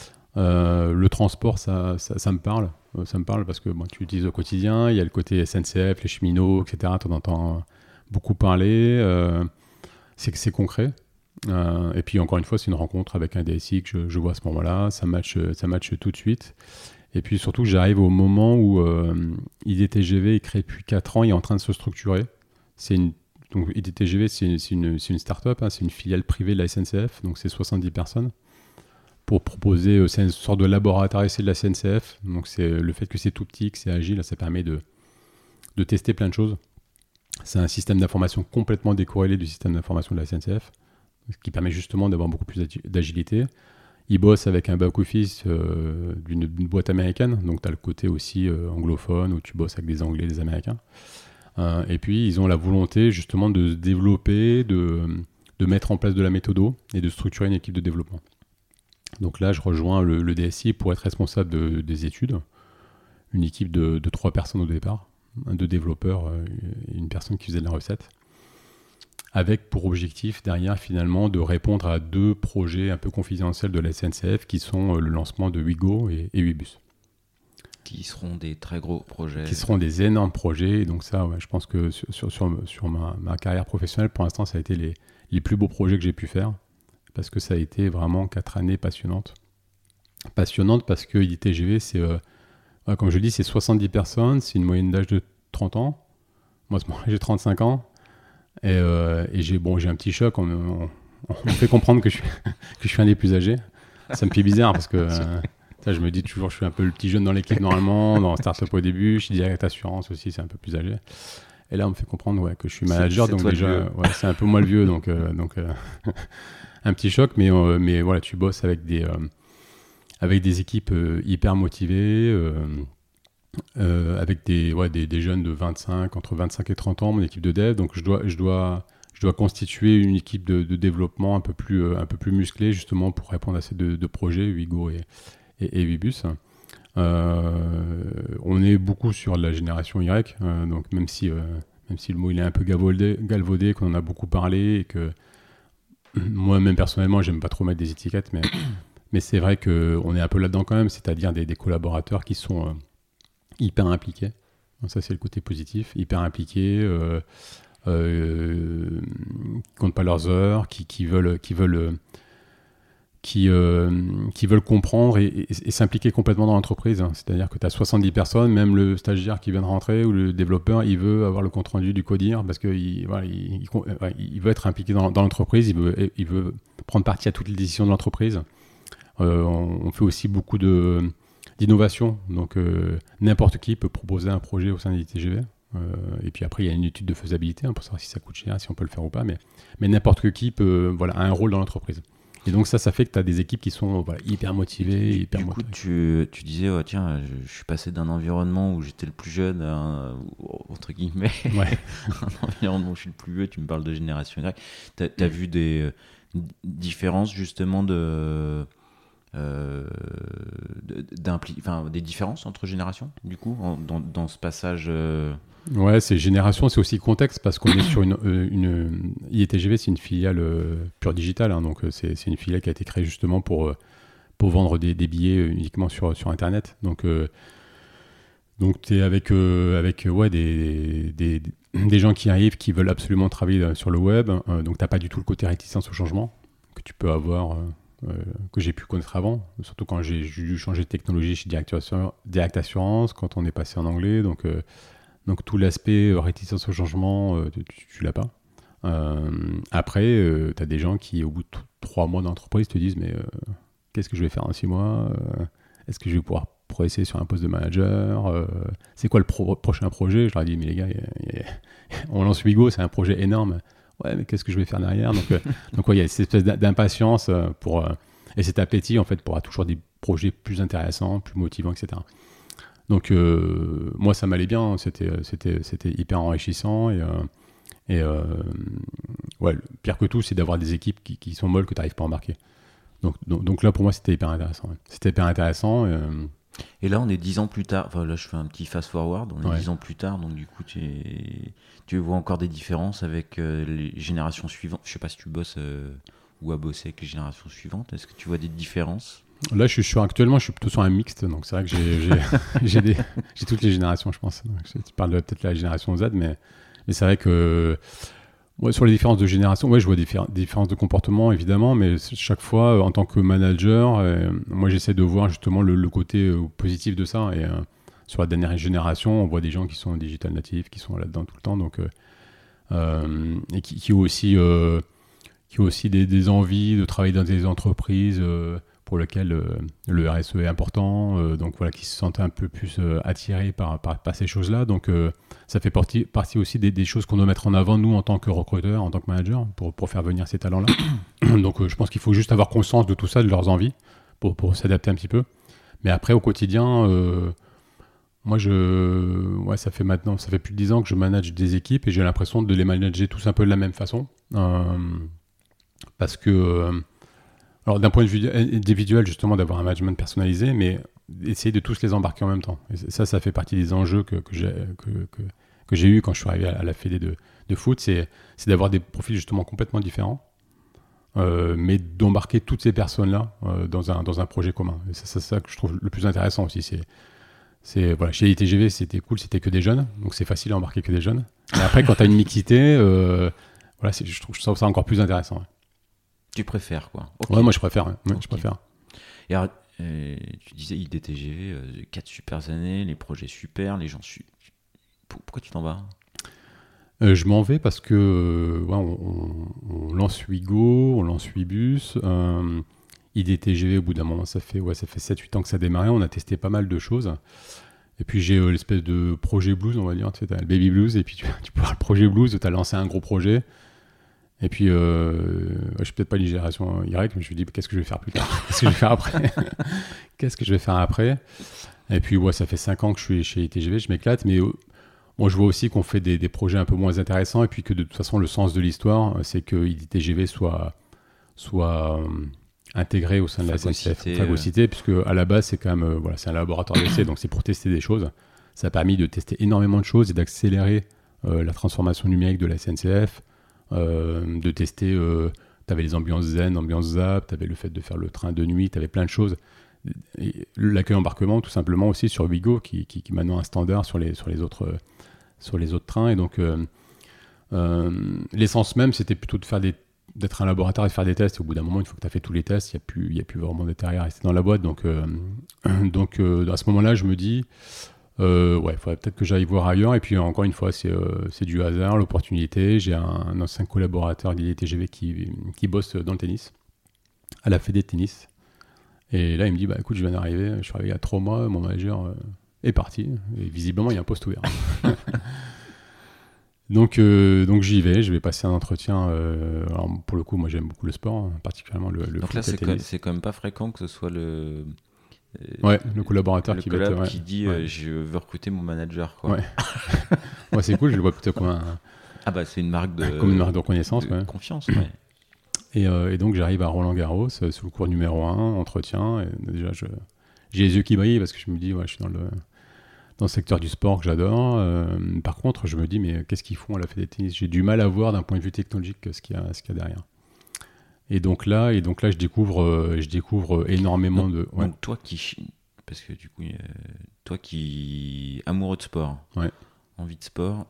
Euh, le transport, ça, ça, ça me parle. Euh, ça me parle parce que bon, tu l'utilises au quotidien. Il y a le côté S N C F, les cheminots, et cetera. Tu en entends beaucoup parler. Euh, c'est, c'est concret. Euh, et puis, encore une fois, c'est une rencontre avec un D S I que je, je vois à ce moment-là. Ça match, ça match tout de suite. Et puis, surtout, j'arrive au moment où euh, I D T G V est créé depuis quatre ans. Il est en train de se structurer. C'est une, donc, I D T G V, c'est une, c'est une, c'est une start-up. Hein, c'est une filiale privée de la S N C F. Donc, c'est soixante-dix personnes. Pour proposer, c'est une sorte de laboratoire essai de la S N C F. Donc c'est le fait que c'est tout petit, que c'est agile, ça permet de, de tester plein de choses. C'est un système d'information complètement décorrélé du système d'information de la S N C F, ce qui permet justement d'avoir beaucoup plus d'agilité. Ils bossent avec un back-office euh, d'une, d'une boîte américaine, donc tu as le côté aussi euh, anglophone, où tu bosses avec des Anglais, des Américains. Euh, et puis ils ont la volonté justement de se développer, de, de mettre en place de la méthodo et de structurer une équipe de développement. Donc là, je rejoins le, le D S I pour être responsable de, des études. Une équipe de, de trois personnes au départ, deux développeurs et une personne qui faisait de la recette. Avec pour objectif derrière finalement de répondre à deux projets un peu confidentiels de la S N C F qui sont le lancement de Ouigo et, et Ouibus. Qui seront des très gros projets. Qui seront des énormes projets. Et donc ça, ouais, je pense que sur, sur, sur, sur ma, ma carrière professionnelle, pour l'instant, ça a été les, les plus beaux projets que j'ai pu faire. Parce que ça a été vraiment quatre années passionnantes. Passionnantes parce que I D T G V, c'est, euh, ouais, comme je le dis, c'est soixante-dix personnes, c'est une moyenne d'âge de trente ans. Moi, à ce moment-là, j'ai trente-cinq ans. Et, euh, et j'ai, bon, j'ai un petit choc. On, on, on me fait comprendre que je, suis, que je suis un des plus âgés. Ça me fait bizarre parce que euh, ça, je me dis toujours, je suis un peu le petit jeune dans l'équipe normalement, dans Startup au début. Je suis Direct Assurance aussi, c'est un peu plus âgé. Et là, on me fait comprendre ouais, que je suis manager, c'est, c'est donc déjà, ouais, c'est un peu moi le vieux. Donc, euh, donc euh, un petit choc, mais, euh, mais voilà, tu bosses avec des, euh, avec des équipes euh, hyper motivées, euh, euh, avec des, ouais, des, des jeunes de vingt-cinq, entre vingt-cinq et trente ans, mon équipe de dev. Donc, je dois, je dois, je dois constituer une équipe de, de développement un peu, plus, euh, un peu plus musclée, justement, pour répondre à ces deux, deux projets, Ouigo et, et, et Ouibus. Euh, on est beaucoup sur la génération Y, euh, donc même si, euh, même si le mot il est un peu galvaudé, galvaudé, qu'on en a beaucoup parlé et que moi-même personnellement j'aime pas trop mettre des étiquettes, mais, mais c'est vrai qu'on est un peu là-dedans quand même, c'est-à-dire des, des collaborateurs qui sont euh, hyper impliqués. Donc ça c'est le côté positif, hyper impliqués, euh, euh, qui comptent pas leurs heures, qui, qui veulent, qui veulent qui, euh, qui veulent comprendre et, et, et s'impliquer complètement dans l'entreprise. C'est-à-dire que tu as soixante-dix personnes, même le stagiaire qui vient de rentrer ou le développeur, il veut avoir le compte-rendu du codir parce qu'il voilà, il, il, il veut être impliqué dans, dans l'entreprise, il veut, il veut prendre partie à toutes les décisions de l'entreprise. Euh, on, on fait aussi beaucoup de, d'innovation, donc euh, n'importe qui peut proposer un projet au sein de l'I T G V. Euh, et puis après, il y a une étude de faisabilité hein, pour savoir si ça coûte cher, si on peut le faire ou pas, mais, mais n'importe qui peut, voilà, a un rôle dans l'entreprise. Et donc ça, ça fait que tu as des équipes qui sont voilà, hyper motivées. Du, hyper du coup, tu, tu disais, oh, tiens, je, je suis passé d'un environnement où j'étais le plus jeune, à un, entre guillemets, ouais. un environnement où je suis le plus vieux, tu me parles de génération Y. Tu as vu des euh, différences justement de, euh, d'impli- enfin, des différences entre générations, du coup, en, dans, dans ce passage euh... Ouais, c'est génération, c'est aussi contexte parce qu'on est sur une, euh, une I T G V, c'est une filiale euh, pure digitale, hein, donc euh, c'est, c'est une filiale qui a été créée justement pour, euh, pour vendre des, des billets uniquement sur, sur Internet. Donc, euh, donc tu es avec, euh, avec ouais, des, des, des gens qui arrivent, qui veulent absolument travailler sur le web, euh, donc tu n'as pas du tout le côté réticence au changement que tu peux avoir, euh, euh, que j'ai pu connaître avant, surtout quand j'ai dû changer de technologie chez Direct Assurance, Direct Assurance, quand on est passé en anglais, donc... Euh, Donc tout l'aspect euh, réticence au changement, euh, tu, tu l'as pas. Euh, après, euh, tu as des gens qui, au bout de t- trois mois d'entreprise, te disent mais euh, qu'est-ce que je vais faire en six mois euh, Est-ce que je vais pouvoir progresser sur un poste de manager euh, C'est quoi le pro- prochain projet? Je leur dis mais les gars, y a, y a... on lance Wigo, c'est un projet énorme. Ouais, mais qu'est-ce que je vais faire derrière? Donc, euh, donc ouais, il y a cette espèce d'impatience pour, euh, et cet appétit en fait pour avoir toujours des projets plus intéressants, plus motivants, et cetera. Donc euh, moi ça m'allait bien, c'était, c'était, c'était hyper enrichissant et, euh, et euh, ouais, le pire que tout c'est d'avoir des équipes qui, qui sont molles que tu n'arrives pas à embarquer. Donc, donc, donc là pour moi c'était hyper intéressant. Ouais. C'était hyper intéressant. Et, euh... et là on est dix ans plus tard, enfin là je fais un petit fast forward, on est ouais. dix ans plus tard, donc du coup tu, es, tu vois encore des différences avec euh, les générations suivantes. Je sais pas si tu bosses euh, ou as bossé avec les générations suivantes, est-ce que tu vois des différences? Là, je suis sur, actuellement, je suis plutôt sur un mixte, donc c'est vrai que j'ai, j'ai, j'ai, des, j'ai toutes les générations, je pense. Donc, tu parles de peut-être de la génération Z, mais, mais c'est vrai que ouais, sur les différences de génération, ouais, je vois des, des différences de comportement, évidemment, mais chaque fois, en tant que manager, euh, moi, j'essaie de voir justement le, le côté euh, positif de ça. Et euh, sur la dernière génération, on voit des gens qui sont digital natifs, qui sont là-dedans tout le temps, donc, euh, euh, et qui, qui ont aussi, euh, qui ont aussi des, des envies de travailler dans des entreprises euh, pour lequel euh, le R S E est important, euh, donc voilà, qui se sentent un peu plus euh, attirés par, par, par ces choses-là. Donc euh, ça fait partie, partie aussi des, des choses qu'on doit mettre en avant, nous, en tant que recruteurs, en tant que manager, pour, pour faire venir ces talents-là. Donc euh, je pense qu'il faut juste avoir conscience de tout ça, de leurs envies, pour, pour s'adapter un petit peu. Mais après, au quotidien, euh, moi, je, ouais, ça fait maintenant, ça fait plus de dix ans que je manage des équipes et j'ai l'impression de les manager tous un peu de la même façon. Euh, parce que... Euh, Alors d'un point de vue individuel, justement, d'avoir un management personnalisé, mais essayer de tous les embarquer en même temps. Et ça, ça fait partie des enjeux que, que, j'ai, que, que, que j'ai eu quand je suis arrivé à la fédé de, de foot, c'est, c'est d'avoir des profils justement complètement différents, euh, mais d'embarquer toutes ces personnes-là euh, dans, un, dans un projet commun. Et c'est ça, ça que je trouve le plus intéressant aussi. C'est, c'est, voilà, chez I T G V, c'était cool, c'était que des jeunes, donc c'est facile à embarquer que des jeunes. Mais après, quand tu as une mixité, euh, voilà, c'est, je, trouve, je trouve ça encore plus intéressant. Ouais. Tu préfères quoi? Okay. Ouais, moi je préfère. Ouais. Ouais, okay. je préfère. Et alors, euh, tu disais I T G V, euh, quatre super années, les projets super, les gens su... Pourquoi tu t'en vas? euh, Je m'en vais parce que euh, ouais, on, on, on lance Wigo, on lance Webus. Euh, I T G V, au bout d'un moment, ça fait, ouais, ça fait sept huit ans que ça a démarré. On a testé pas mal de choses. Et puis j'ai euh, l'espèce de projet blues, on va dire. Tu sais, t'as le baby blues, et puis tu, tu peux avoir le projet blues, tu as lancé un gros projet. Et puis, euh, je suis peut-être pas une génération Y, mais je me suis dit, qu'est-ce que je vais faire plus tard? Qu'est-ce que je vais faire après? Qu'est-ce que je vais faire après? Et puis, ouais, ça fait cinq ans que je suis chez I T G V, je m'éclate, mais euh, bon, je vois aussi qu'on fait des, des projets un peu moins intéressants, et puis que de toute façon, le sens de l'histoire, c'est que I T G V soit, soit euh, intégré au sein de la S N C F, phagocyté, euh... puisque à la base, c'est quand même, euh, voilà, c'est un laboratoire d'essai, donc c'est pour tester des choses. Ça a permis de tester énormément de choses et d'accélérer euh, la transformation numérique de la S N C F. Euh, de tester, euh, tu avais les ambiances zen, ambiance zap, tu avais le fait de faire le train de nuit, tu avais plein de choses. Et l'accueil embarquement, tout simplement aussi sur Wigo, qui, qui, qui est maintenant un standard sur les, sur les, autres, euh, sur les autres trains. Et donc, euh, euh, l'essence même, c'était plutôt de faire des, d'être un laboratoire et de faire des tests. Et au bout d'un moment, une fois que tu as fait tous les tests, il n'y a, plus, y a plus vraiment d'intérêt à rester dans la boîte. Donc, euh, donc euh, à ce moment-là, je me dis, euh, ouais, il faudrait peut-être que j'aille voir ailleurs. Et puis, encore une fois, c'est, euh, c'est du hasard, l'opportunité. J'ai un, un ancien collaborateur d'I D T G V qui, qui bosse dans le tennis, à la Fédé de tennis. Et là, il me dit, bah écoute, je viens d'arriver, je suis arrivé il y a trois mois, mon manager euh, est parti. Et visiblement, il y a un poste ouvert. Donc, euh, donc j'y vais, je vais passer un entretien. Euh, alors pour le coup, moi j'aime beaucoup le sport, particulièrement le, le donc foot là, et c'est, le quand, tennis. c'est quand même pas fréquent que ce soit le. Euh, ouais, le collaborateur le qui, collab va te, ouais, qui dit ouais. euh, je veux recruter mon manager. Quoi. Ouais. Ouais, c'est cool, je le vois plutôt comme, un, ah bah c'est une marque de, comme une marque de reconnaissance. de ouais. confiance. Ouais. Et, euh, et donc j'arrive à Roland-Garros, euh, sous le cours numéro un, entretien. Et déjà, je, j'ai les yeux qui brillent parce que je me dis, ouais, je suis dans le. dans le secteur du sport que j'adore. Euh, par contre, je me dis, mais qu'est-ce qu'ils font à la Fédé de tennis ? J'ai du mal à voir d'un point de vue technologique ce qu'il y a, ce qu'il y a derrière. Et donc là, et donc là je, découvre, euh, je découvre énormément donc, de... Ouais. Donc toi qui... Parce que du coup, euh, toi qui... Amoureux de sport, ouais. envie de sport,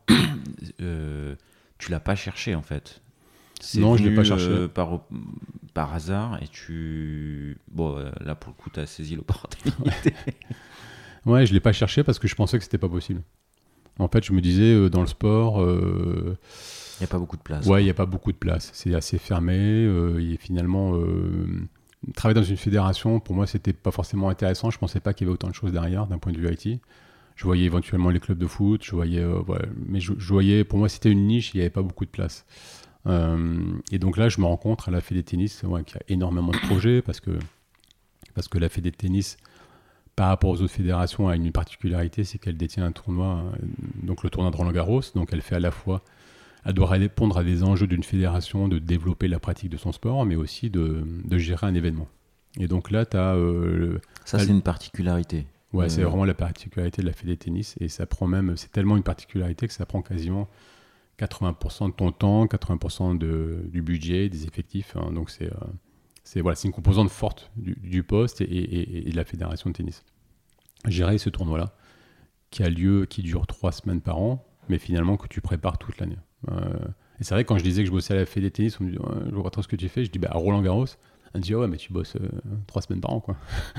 euh, tu l'as pas cherché en fait. C'est non, venu, je l'ai pas cherché. Euh, par, par hasard et tu... Bon, euh, là pour le coup, tu as saisi l'opportunité. Ouais, je l'ai pas cherché parce que je pensais que c'était pas possible. En fait, je me disais, euh, dans le sport... Euh, il n'y a pas beaucoup de place. Ouais, il n'y a pas beaucoup de place. C'est assez fermé. Euh, et finalement, euh, travailler dans une fédération, pour moi, c'était pas forcément intéressant. Je pensais pas qu'il y avait autant de choses derrière d'un point de vue I T. Je voyais éventuellement les clubs de foot, je voyais, euh, ouais, mais je, je voyais, pour moi, c'était une niche, il n'y avait pas beaucoup de place. Euh, et donc là, je me rends compte à la Fédé de tennis ouais, qu'il y a énormément de projets parce que, parce que la Fédé de tennis, par rapport aux autres fédérations, a une particularité, c'est qu'elle détient un tournoi, euh, donc le tournoi de Roland-Garros, donc elle fait à la fois, elle doit répondre à des enjeux d'une fédération, de développer la pratique de son sport, mais aussi de, de gérer un événement. Et donc là, tu as... Euh, ça, c'est une particularité. Ouais, euh... c'est vraiment la particularité de la Fédé de tennis, et ça prend même, c'est tellement une particularité que ça prend quasiment quatre-vingts pour cent de ton temps, quatre-vingts pour cent de, du budget, des effectifs, hein, donc c'est... Euh, C'est, voilà, c'est une composante forte du, du poste et, et, et de la fédération de tennis. Gérer ce tournoi-là, qui a lieu, qui dure trois semaines par an, mais finalement que tu prépares toute l'année. Euh, et c'est vrai, quand je disais que je bossais à la Fédé de tennis, on me dit ouais, je vois trop ce que tu fais. Je dis bah, à Roland-Garros. On me dit ouais, mais tu bosses euh, trois semaines par an, quoi.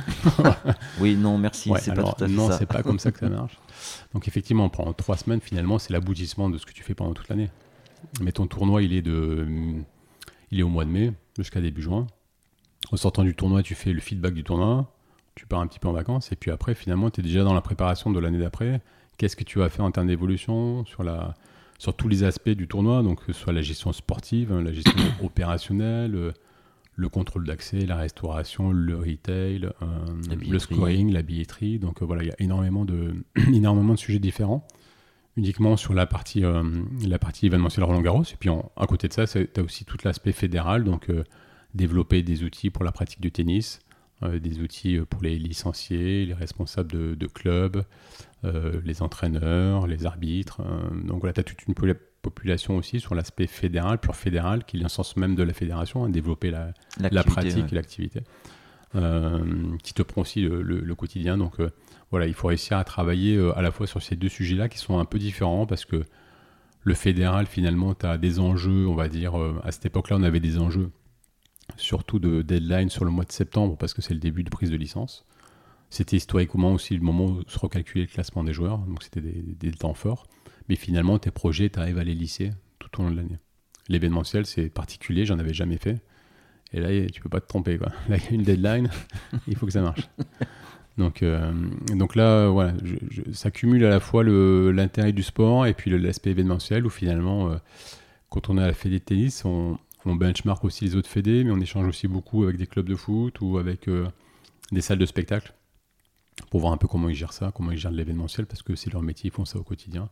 Oui, non, merci. Ouais, c'est alors, pas tout à fait non, ça. c'est pas comme ça que ça marche. Donc effectivement, pendant trois semaines, finalement, c'est l'aboutissement de ce que tu fais pendant toute l'année. Mais ton tournoi, il est de, il est au mois de mai jusqu'à début juin. En sortant du tournoi, tu fais le feedback du tournoi, tu pars un petit peu en vacances, et puis après, finalement, tu es déjà dans la préparation de l'année d'après. Qu'est-ce que tu vas faire en termes d'évolution sur, la, sur tous les aspects du tournoi, donc que ce soit la gestion sportive, la gestion opérationnelle, le contrôle d'accès, la restauration, le retail, euh, le scoring, la billetterie. Donc euh, voilà, il y a énormément de, énormément de sujets différents, uniquement sur la partie, euh, la partie événementielle Roland-Garros. Et puis en, à côté de ça, tu as aussi tout l'aspect fédéral, donc... Euh, développer des outils pour la pratique du tennis, euh, des outils pour les licenciés, les responsables de, de clubs, euh, les entraîneurs, les arbitres. Euh, donc voilà, tu as toute une population aussi sur l'aspect fédéral, pur fédéral, qui est le sens même de la fédération, hein, développer la, la pratique ouais. et l'activité, euh, qui te prend aussi le, le, le quotidien. Donc euh, voilà, il faut réussir à travailler euh, à la fois sur ces deux sujets-là qui sont un peu différents parce que le fédéral, finalement, tu as des enjeux, on va dire, euh, à cette époque-là, on avait des enjeux surtout de deadline sur le mois de septembre parce que c'est le début de prise de licence. C'était historiquement aussi le moment où se recalculait le classement des joueurs, donc c'était des, des temps forts. Mais finalement, tes projets, tu arrives à les lisser tout au long de l'année. L'événementiel, c'est particulier, j'en avais jamais fait. Et là, tu peux pas te tromper, quoi. Là, il y a une deadline, il faut que ça marche. Donc, euh, donc là, voilà, je, je, ça cumule à la fois le, l'intérêt du sport et puis le, l'aspect événementiel où finalement, euh, quand on est à la Fédé de tennis, on On benchmark aussi les autres fédés, mais on échange aussi beaucoup avec des clubs de foot ou avec euh, des salles de spectacle pour voir un peu comment ils gèrent ça, comment ils gèrent l'événementiel, parce que c'est leur métier, ils font ça au quotidien.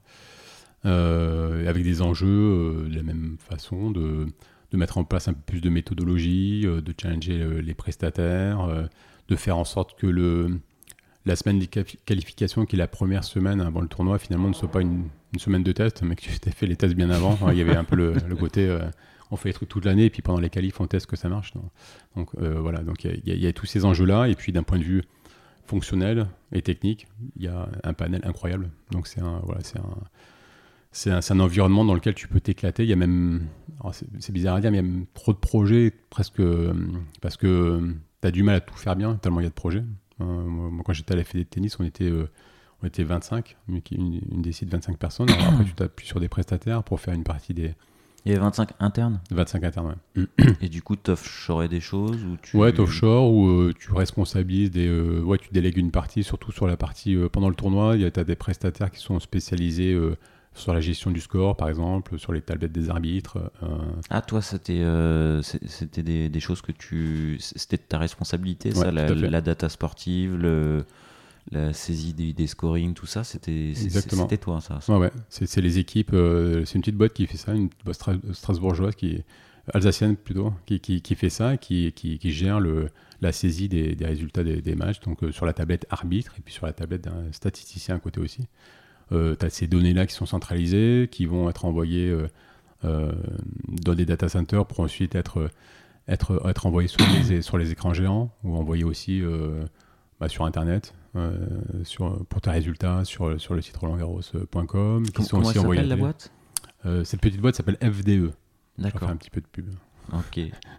Euh, avec des enjeux euh, de la même façon, de, de mettre en place un peu plus de méthodologie, euh, de challenger euh, les prestataires, euh, de faire en sorte que le, la semaine des qualifications, qui est la première semaine avant le tournoi, finalement ne soit pas une, une semaine de test, mais que tu aies fait les tests bien avant. Il y avait un peu le, le côté... Euh, on fait les trucs toute l'année et puis pendant les qualifs on teste que ça marche. Non. Donc euh, voilà, donc il y, y, y a tous ces enjeux-là et puis d'un point de vue fonctionnel et technique, il y a un panel incroyable. Donc c'est un, voilà, c'est un, c'est, un, c'est un environnement dans lequel tu peux t'éclater. Il y a même, c'est, c'est bizarre à dire, mais il y a même trop de projets, presque, parce que tu as du mal à tout faire bien, tellement il y a de projets. Euh, moi, quand j'étais à la Fédé de tennis, on était, euh, on était vingt-cinq, une, une décide de vingt-cinq personnes. Alors après, tu t'appuies sur des prestataires pour faire une partie des... Il y avait vingt-cinq internes vingt-cinq internes, ouais. Et du coup, tu offshorais des choses ou tu... Ouais, tu offshore ou euh, tu responsabilises, des, euh, ouais, tu délègues une partie, surtout sur la partie euh, pendant le tournoi. Tu as des prestataires qui sont spécialisés euh, sur la gestion du score, par exemple, sur les tablettes des arbitres. Euh... Ah, toi, c'était, euh, c'était des, des choses que tu... C'était de ta responsabilité, ouais, ça, la, la data sportive, le... la saisie des, des scoring, tout ça, c'était, c'était toi, ça, ça. Ouais, ouais. C'est, c'est les équipes, euh, c'est une petite boîte qui fait ça, une boîte stra- strasbourgeoise, qui, alsacienne plutôt, qui, qui, qui fait ça, qui, qui, qui gère le, la saisie des, des résultats des, des matchs, donc euh, sur la tablette arbitre et puis sur la tablette d'un statisticien à côté aussi. Euh, tu as ces données-là qui sont centralisées, qui vont être envoyées euh, euh, dans des data centers pour ensuite être, être, être envoyées sur les, sur les écrans géants ou envoyées aussi euh, bah, sur Internet. Euh, sur, pour tes résultats sur, sur le site roland garros point com qui Comment, sont comment aussi elle envoyés. S'appelle la boîte euh, Cette petite boîte s'appelle F D E. D'accord. Je vais faire un petit peu de pub. Ok.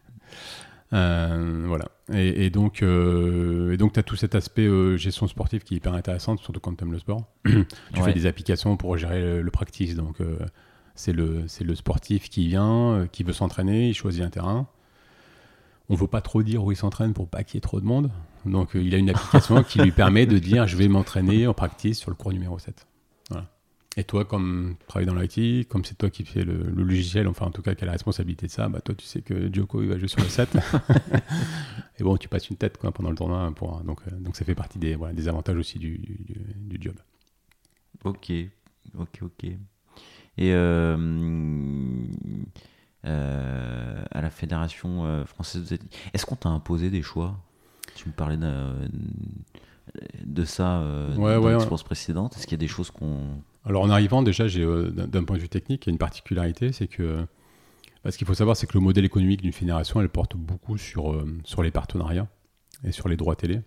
Euh, voilà. Et, et donc, euh, et donc tu as tout cet aspect euh, gestion sportive qui est hyper intéressant, surtout quand tu aimes le sport. tu ouais. fais des applications pour gérer le, le practice. Donc, euh, c'est, le, c'est le sportif qui vient, euh, qui veut s'entraîner, il choisit un terrain. On ne veut pas trop dire où il s'entraîne pour pas qu'il y ait trop de monde. Donc, euh, il a une application qui lui permet de dire je vais m'entraîner en practice sur le cours numéro sept. Voilà. Et toi, comme tu travailles dans l'I T, comme c'est toi qui fais le, le logiciel, enfin en tout cas qui a la responsabilité de ça, bah, toi tu sais que Djoko il va jouer sur le sept. Et bon, tu passes une tête quoi, pendant le tournoi. Pour, donc, euh, donc ça fait partie des, voilà, des avantages aussi du, du, du job. Ok, ok, ok. Et euh, euh, à la Fédération euh, française de tennis, est-ce qu'on t'a imposé des choix ? Tu me parlais de, de ça euh, ouais, dans ouais, l'expérience ouais. précédente. Est-ce qu'il y a des choses qu'on... Alors en arrivant, déjà, j'ai, euh, d'un, d'un point de vue technique, il y a une particularité, c'est que bah, ce qu'il faut savoir, c'est que le modèle économique d'une fédération, elle porte beaucoup sur, euh, sur les partenariats et sur les droits télé.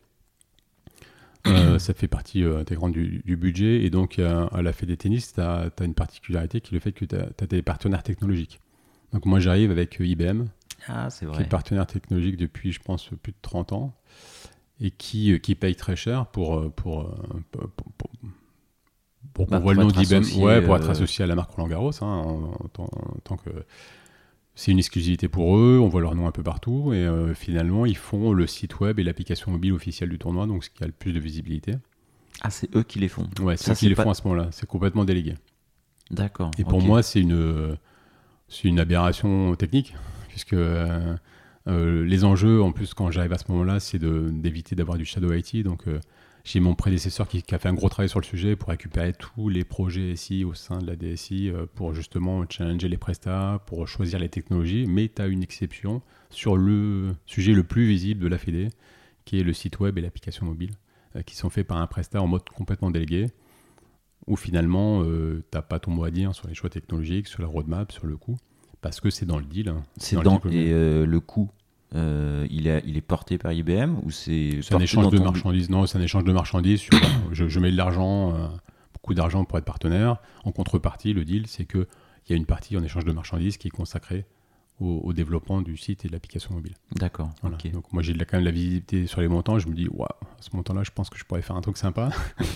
Euh, ça fait partie euh, intégrante du, du budget. Et donc, euh, à la Fédé Tennis, tu as une particularité qui est le fait que tu as des partenaires technologiques. Donc moi, j'arrive avec I B M, ah, c'est vrai. qui est partenaire technologique depuis, je pense, plus de trente ans, et qui, qui paye très cher pour... pour, pour, pour, pour Pour qu'on bah, voit le nom d'I B M, ouais, pour être associé à la marque Roland Garros, hein, en, en, tant, en tant que c'est une exclusivité pour eux, on voit leur nom un peu partout, et euh, finalement ils font le site web et l'application mobile officielle du tournoi, donc ce qui a le plus de visibilité. Ah, c'est eux qui les font. Ouais, c'est Ça, eux qui c'est les pas... font à ce moment-là, c'est complètement délégué. D'accord. Et pour okay. moi, c'est une, c'est une aberration technique, puisque euh, euh, les enjeux, en plus, quand j'arrive à ce moment-là, c'est de, d'éviter d'avoir du shadow I T, donc euh, j'ai mon prédécesseur qui, qui a fait un gros travail sur le sujet pour récupérer tous les projets S I au sein de la D S I euh, pour justement challenger les prestats, pour choisir les technologies. Mais tu as une exception sur le sujet le plus visible de la Fédé, qui est le site web et l'application mobile, euh, qui sont faits par un prestat en mode complètement délégué, où finalement, euh, tu n'as pas ton mot à dire sur les choix technologiques, sur la roadmap, sur le coût, parce que c'est dans le deal. Hein, c'est, c'est dans, dans le, deal et euh, le coût Euh, il, est, il est porté par I B M ou c'est, c'est un échange de marchandises. Non, c'est un échange de marchandises. Sur, je, je mets de l'argent, euh, beaucoup d'argent pour être partenaire. En contrepartie, le deal, c'est qu'il y a une partie en échange de marchandises qui est consacrée au, au développement du site et de l'application mobile. D'accord. Voilà. Okay. Donc moi, j'ai de la, quand même la visibilité sur les montants. Je me dis, waouh, à ce montant-là, je pense que je pourrais faire un truc sympa.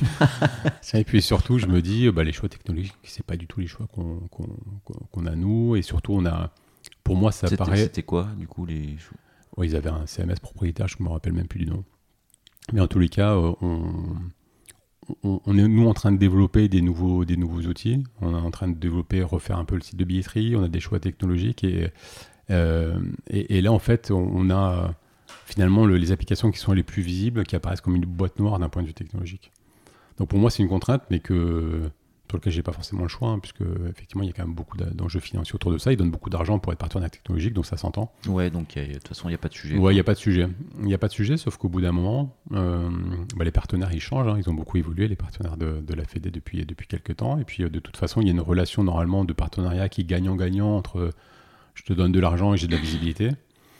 Et puis surtout, je me dis, bah, les choix technologiques, c'est pas du tout les choix qu'on, qu'on, qu'on a nous. Et surtout, on a... Pour moi, ça c'était, paraît... C'était quoi, du coup, les... Ouais, ils avaient un C M S propriétaire, je ne me rappelle même plus du nom. Mais en tous les cas, on, on, on est, nous, en train de développer des nouveaux, des nouveaux outils. On est en train de développer, refaire un peu le site de billetterie. On a des choix technologiques. Et, euh, et, et là, en fait, on, on a finalement le, les applications qui sont les plus visibles, qui apparaissent comme une boîte noire d'un point de vue technologique. Donc pour moi, c'est une contrainte, mais que... sur lequel je n'ai pas forcément le choix, hein, puisque effectivement il y a quand même beaucoup d'enjeux financiers autour de ça. Ils donnent beaucoup d'argent pour être partenaire technologique, donc ça s'entend. Ouais, donc de toute façon il n'y a pas de sujet. Ouais, il n'y a pas de sujet. Il n'y a pas de sujet, sauf qu'au bout d'un moment, euh, bah, les partenaires ils changent, hein, ils ont beaucoup évolué, les partenaires de, de la Fédé depuis, depuis quelques temps. Et puis de toute façon, il y a une relation normalement de partenariat qui est gagnant-gagnant entre je te donne de l'argent et j'ai de la visibilité.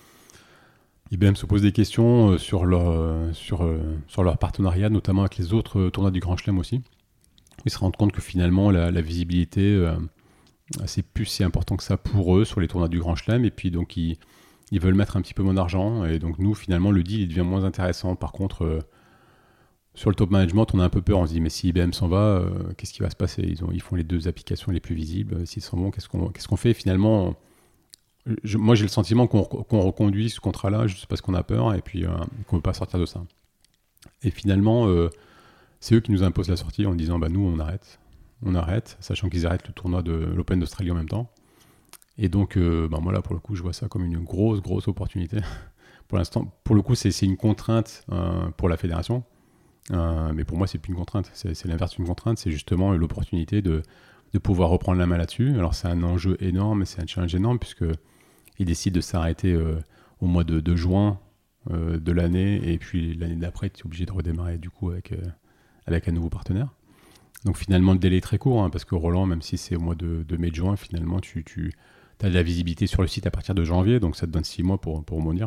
I B M se pose des questions sur leur, sur, sur leur partenariat, notamment avec les autres tournois du Grand Chelem aussi. ils se rendent compte que finalement, la, la visibilité, euh, c'est plus si important que ça pour eux sur les tournois du Grand Chelem. Et puis, donc, ils, ils veulent mettre un petit peu moins d'argent. Et donc, nous, finalement, le deal, il devient moins intéressant. Par contre, euh, sur le top management, on a un peu peur. On se dit, mais si I B M s'en va, euh, qu'est-ce qui va se passer? ils, ont, ils font les deux applications les plus visibles. S'ils s'en vont, qu'est-ce qu'on, qu'est-ce qu'on fait? Finalement, je, moi, j'ai le sentiment qu'on, qu'on reconduit ce contrat-là juste parce qu'on a peur et puis euh, qu'on ne veut pas sortir de ça. Et finalement, euh, c'est eux qui nous imposent la sortie en disant, bah, nous, on arrête. On arrête, sachant qu'ils arrêtent le tournoi de l'Open d'Australie en même temps. Et donc, euh, bah, moi, là, pour le coup, je vois ça comme une grosse, grosse opportunité. Pour l'instant, pour le coup, c'est, c'est une contrainte euh, pour la fédération. Euh, mais pour moi, c'est plus une contrainte. C'est, c'est l'inverse d'une contrainte. C'est justement l'opportunité de, de pouvoir reprendre la main là-dessus. Alors, c'est un enjeu énorme, c'est un challenge énorme, puisqu'ils décident de s'arrêter euh, au mois de, de juin euh, de l'année. Et puis, l'année d'après, tu es obligé de redémarrer, du coup, avec, euh, avec un nouveau partenaire. Donc, finalement, le délai est très court, hein, parce que Roland, même si c'est au mois de, de mai de juin, finalement, tu, tu as de la visibilité sur le site à partir de janvier. Donc, ça te donne six mois pour, pour rebondir.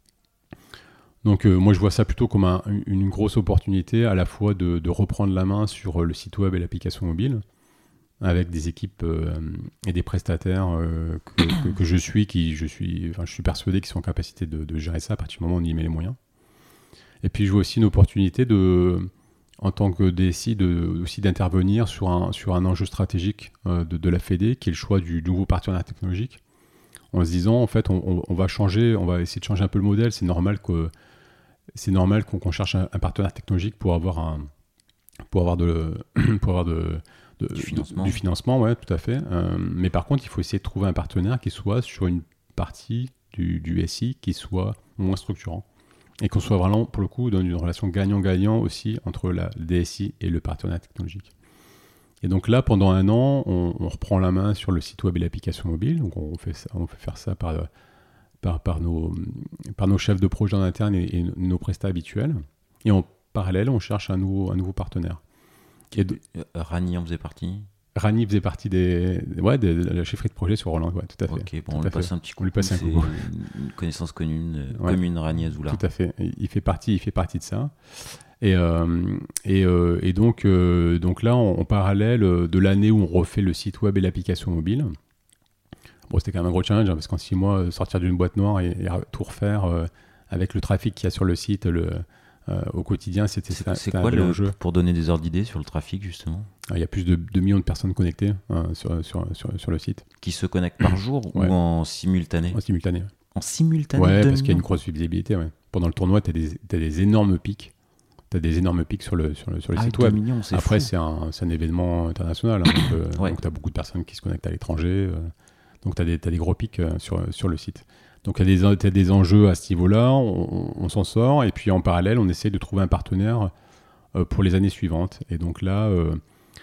Donc euh, moi je vois ça plutôt comme un, une grosse opportunité à la fois de, de reprendre la main sur le site web et l'application mobile avec des équipes euh, et des prestataires euh, que, que, que je suis, qui je suis, enfin je suis persuadé qu'ils sont en capacité de, de gérer ça à partir du moment où on y met les moyens. Et puis je vois aussi une opportunité de, en tant que D S I, de, aussi d'intervenir sur un, sur un enjeu stratégique euh, de, de la Fédé, qui est le choix du nouveau partenaire technologique. En se disant en fait on, on, on va changer, on va essayer de changer un peu le modèle. C'est normal que c'est normal qu'on, qu'on cherche un, un partenaire technologique pour avoir un pour avoir de pour avoir de, de du financement. De, du financement, ouais, tout à fait. Euh, mais par contre, il faut essayer de trouver un partenaire qui soit sur une partie du, du S I qui soit moins structurant et qu'on soit vraiment pour le coup dans une relation gagnant-gagnant aussi entre la le D S I et le partenaire technologique. Et donc là, pendant un an, on, on reprend la main sur le site web et l'application mobile. Donc on fait ça, on fait faire ça par Par, par, nos, par nos chefs de projet en interne et, et nos prestats habituels. Et en parallèle, on cherche un nouveau, un nouveau partenaire. Et de... Rani en faisait partie Rani faisait partie des, ouais, de, de la chefferie de projet sur Roland, ouais, tout à fait. Ok, bon, on lui passe un petit coup. On lui passe un coup. Une connaissance commune, ouais. commune Rani Azoula. Tout à fait. Il fait partie, il fait partie de ça. Et, euh, et, euh, et donc, euh, donc là, en, en parallèle de l'année où on refait le site web et l'application mobile, bon, c'était quand même un gros challenge, hein, parce qu'en six mois, sortir d'une boîte noire et, et tout refaire euh, avec le trafic qu'il y a sur le site le, euh, au quotidien, c'était, c'était, c'est c'était quoi un le jeu. Pour donner des ordres d'idées sur le trafic, justement? Il y a plus de deux millions de personnes connectées hein, sur, sur, sur, sur le site. Qui se connectent par jour ouais. ou en simultané? En simultané. En simultané? Ouais, parce qu'il y a une grosse visibilité. Ouais. Pendant le tournoi, tu as des, t'as des énormes pics. Tu as des énormes pics sur le, sur le, sur le ah, site web. Millions, c'est Après, fou. c'est un, c'est un événement international. Hein, donc euh, ouais. tu as beaucoup de personnes qui se connectent à l'étranger. Euh, donc, tu as des, t'as des gros pics euh, sur, sur le site. Donc, tu as des, des enjeux à ce niveau-là. On, on s'en sort. Et puis, en parallèle, on essaie de trouver un partenaire euh, pour les années suivantes. Et donc là, euh,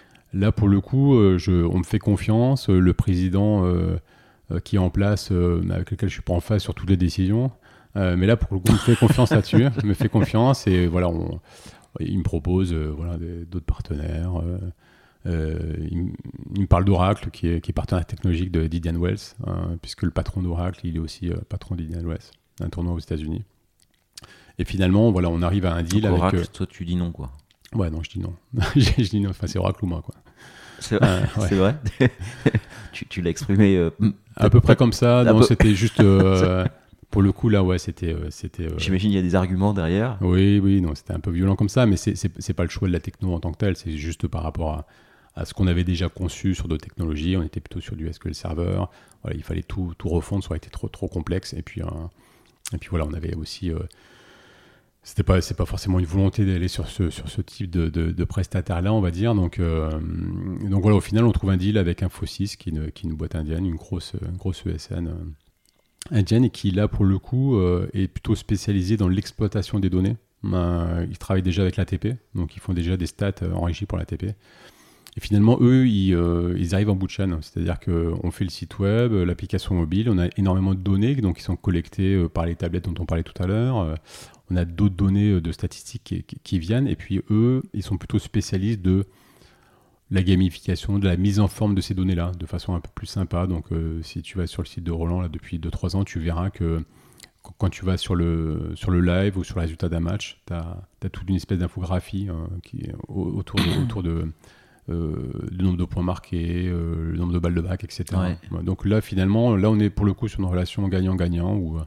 là pour le coup, euh, je, on me fait confiance. Le président euh, euh, qui est en place, euh, avec lequel je ne suis pas en phase sur toutes les décisions, Euh, mais là, pour le coup, il me fait confiance là-dessus. Il me fait confiance et voilà, on, il me propose euh, voilà, des, d'autres partenaires. Euh, euh, il, il me parle d'Oracle, qui est, qui est partenaire technologique de d'Indian Wells, hein, puisque le patron d'Oracle, il est aussi euh, patron d'Indian Wells, un tournoi aux États-Unis. Et finalement, voilà, on arrive à un deal. Donc, avec. Oracle, Euh... toi, tu dis non, quoi. Ouais, non, je dis non. je dis non. Enfin, c'est Oracle ou moi, quoi. C'est vrai. Euh, ouais. C'est vrai tu, tu l'as exprimé. Euh, à peu près comme ça. Non, peu... c'était juste. Euh, Pour le coup, là, ouais, c'était... Euh, c'était euh... J'imagine qu'il y a des arguments derrière. Oui, oui, non, c'était un peu violent comme ça, mais c'est, c'est, c'est pas le choix de la techno en tant que tel, c'est juste par rapport à, à ce qu'on avait déjà conçu sur d'autres technologies. On était plutôt sur du S Q L Server. Voilà, il fallait tout, tout refondre, ça aurait été trop, trop complexe. Et puis, euh, et puis voilà, on avait aussi... Euh, c'était pas, c'est pas forcément une volonté d'aller sur ce, sur ce type de, de, de prestataire-là, on va dire. Donc, euh, donc voilà, au final, on trouve un deal avec Infosys, qui est une, qui est une boîte indienne, une grosse, une grosse E S N euh, indienne, et qui là pour le coup euh, est plutôt spécialisé dans l'exploitation des données. Euh, ils travaillent déjà avec l'A T P, donc ils font déjà des stats euh, enrichis pour l'A T P. Et finalement, eux, ils, euh, ils arrivent en bout de chaîne, c'est-à-dire qu'on fait le site web, l'application mobile, on a énormément de données donc qui sont collectées euh, par les tablettes dont on parlait tout à l'heure. Euh, on a d'autres données euh, de statistiques qui, qui, qui viennent, et puis eux, ils sont plutôt spécialistes de la gamification, de la mise en forme de ces données-là, de façon un peu plus sympa. Donc, euh, si tu vas sur le site de Roland là, depuis deux trois ans, tu verras que quand tu vas sur le, sur le live ou sur le résultat d'un match, tu as toute une espèce d'infographie euh, qui est autour de, autour de euh, le nombre de points marqués, euh, le nombre de balles de bac, et cetera. Ouais. Ouais, donc là, finalement, là, on est pour le coup sur une relation gagnant-gagnant où,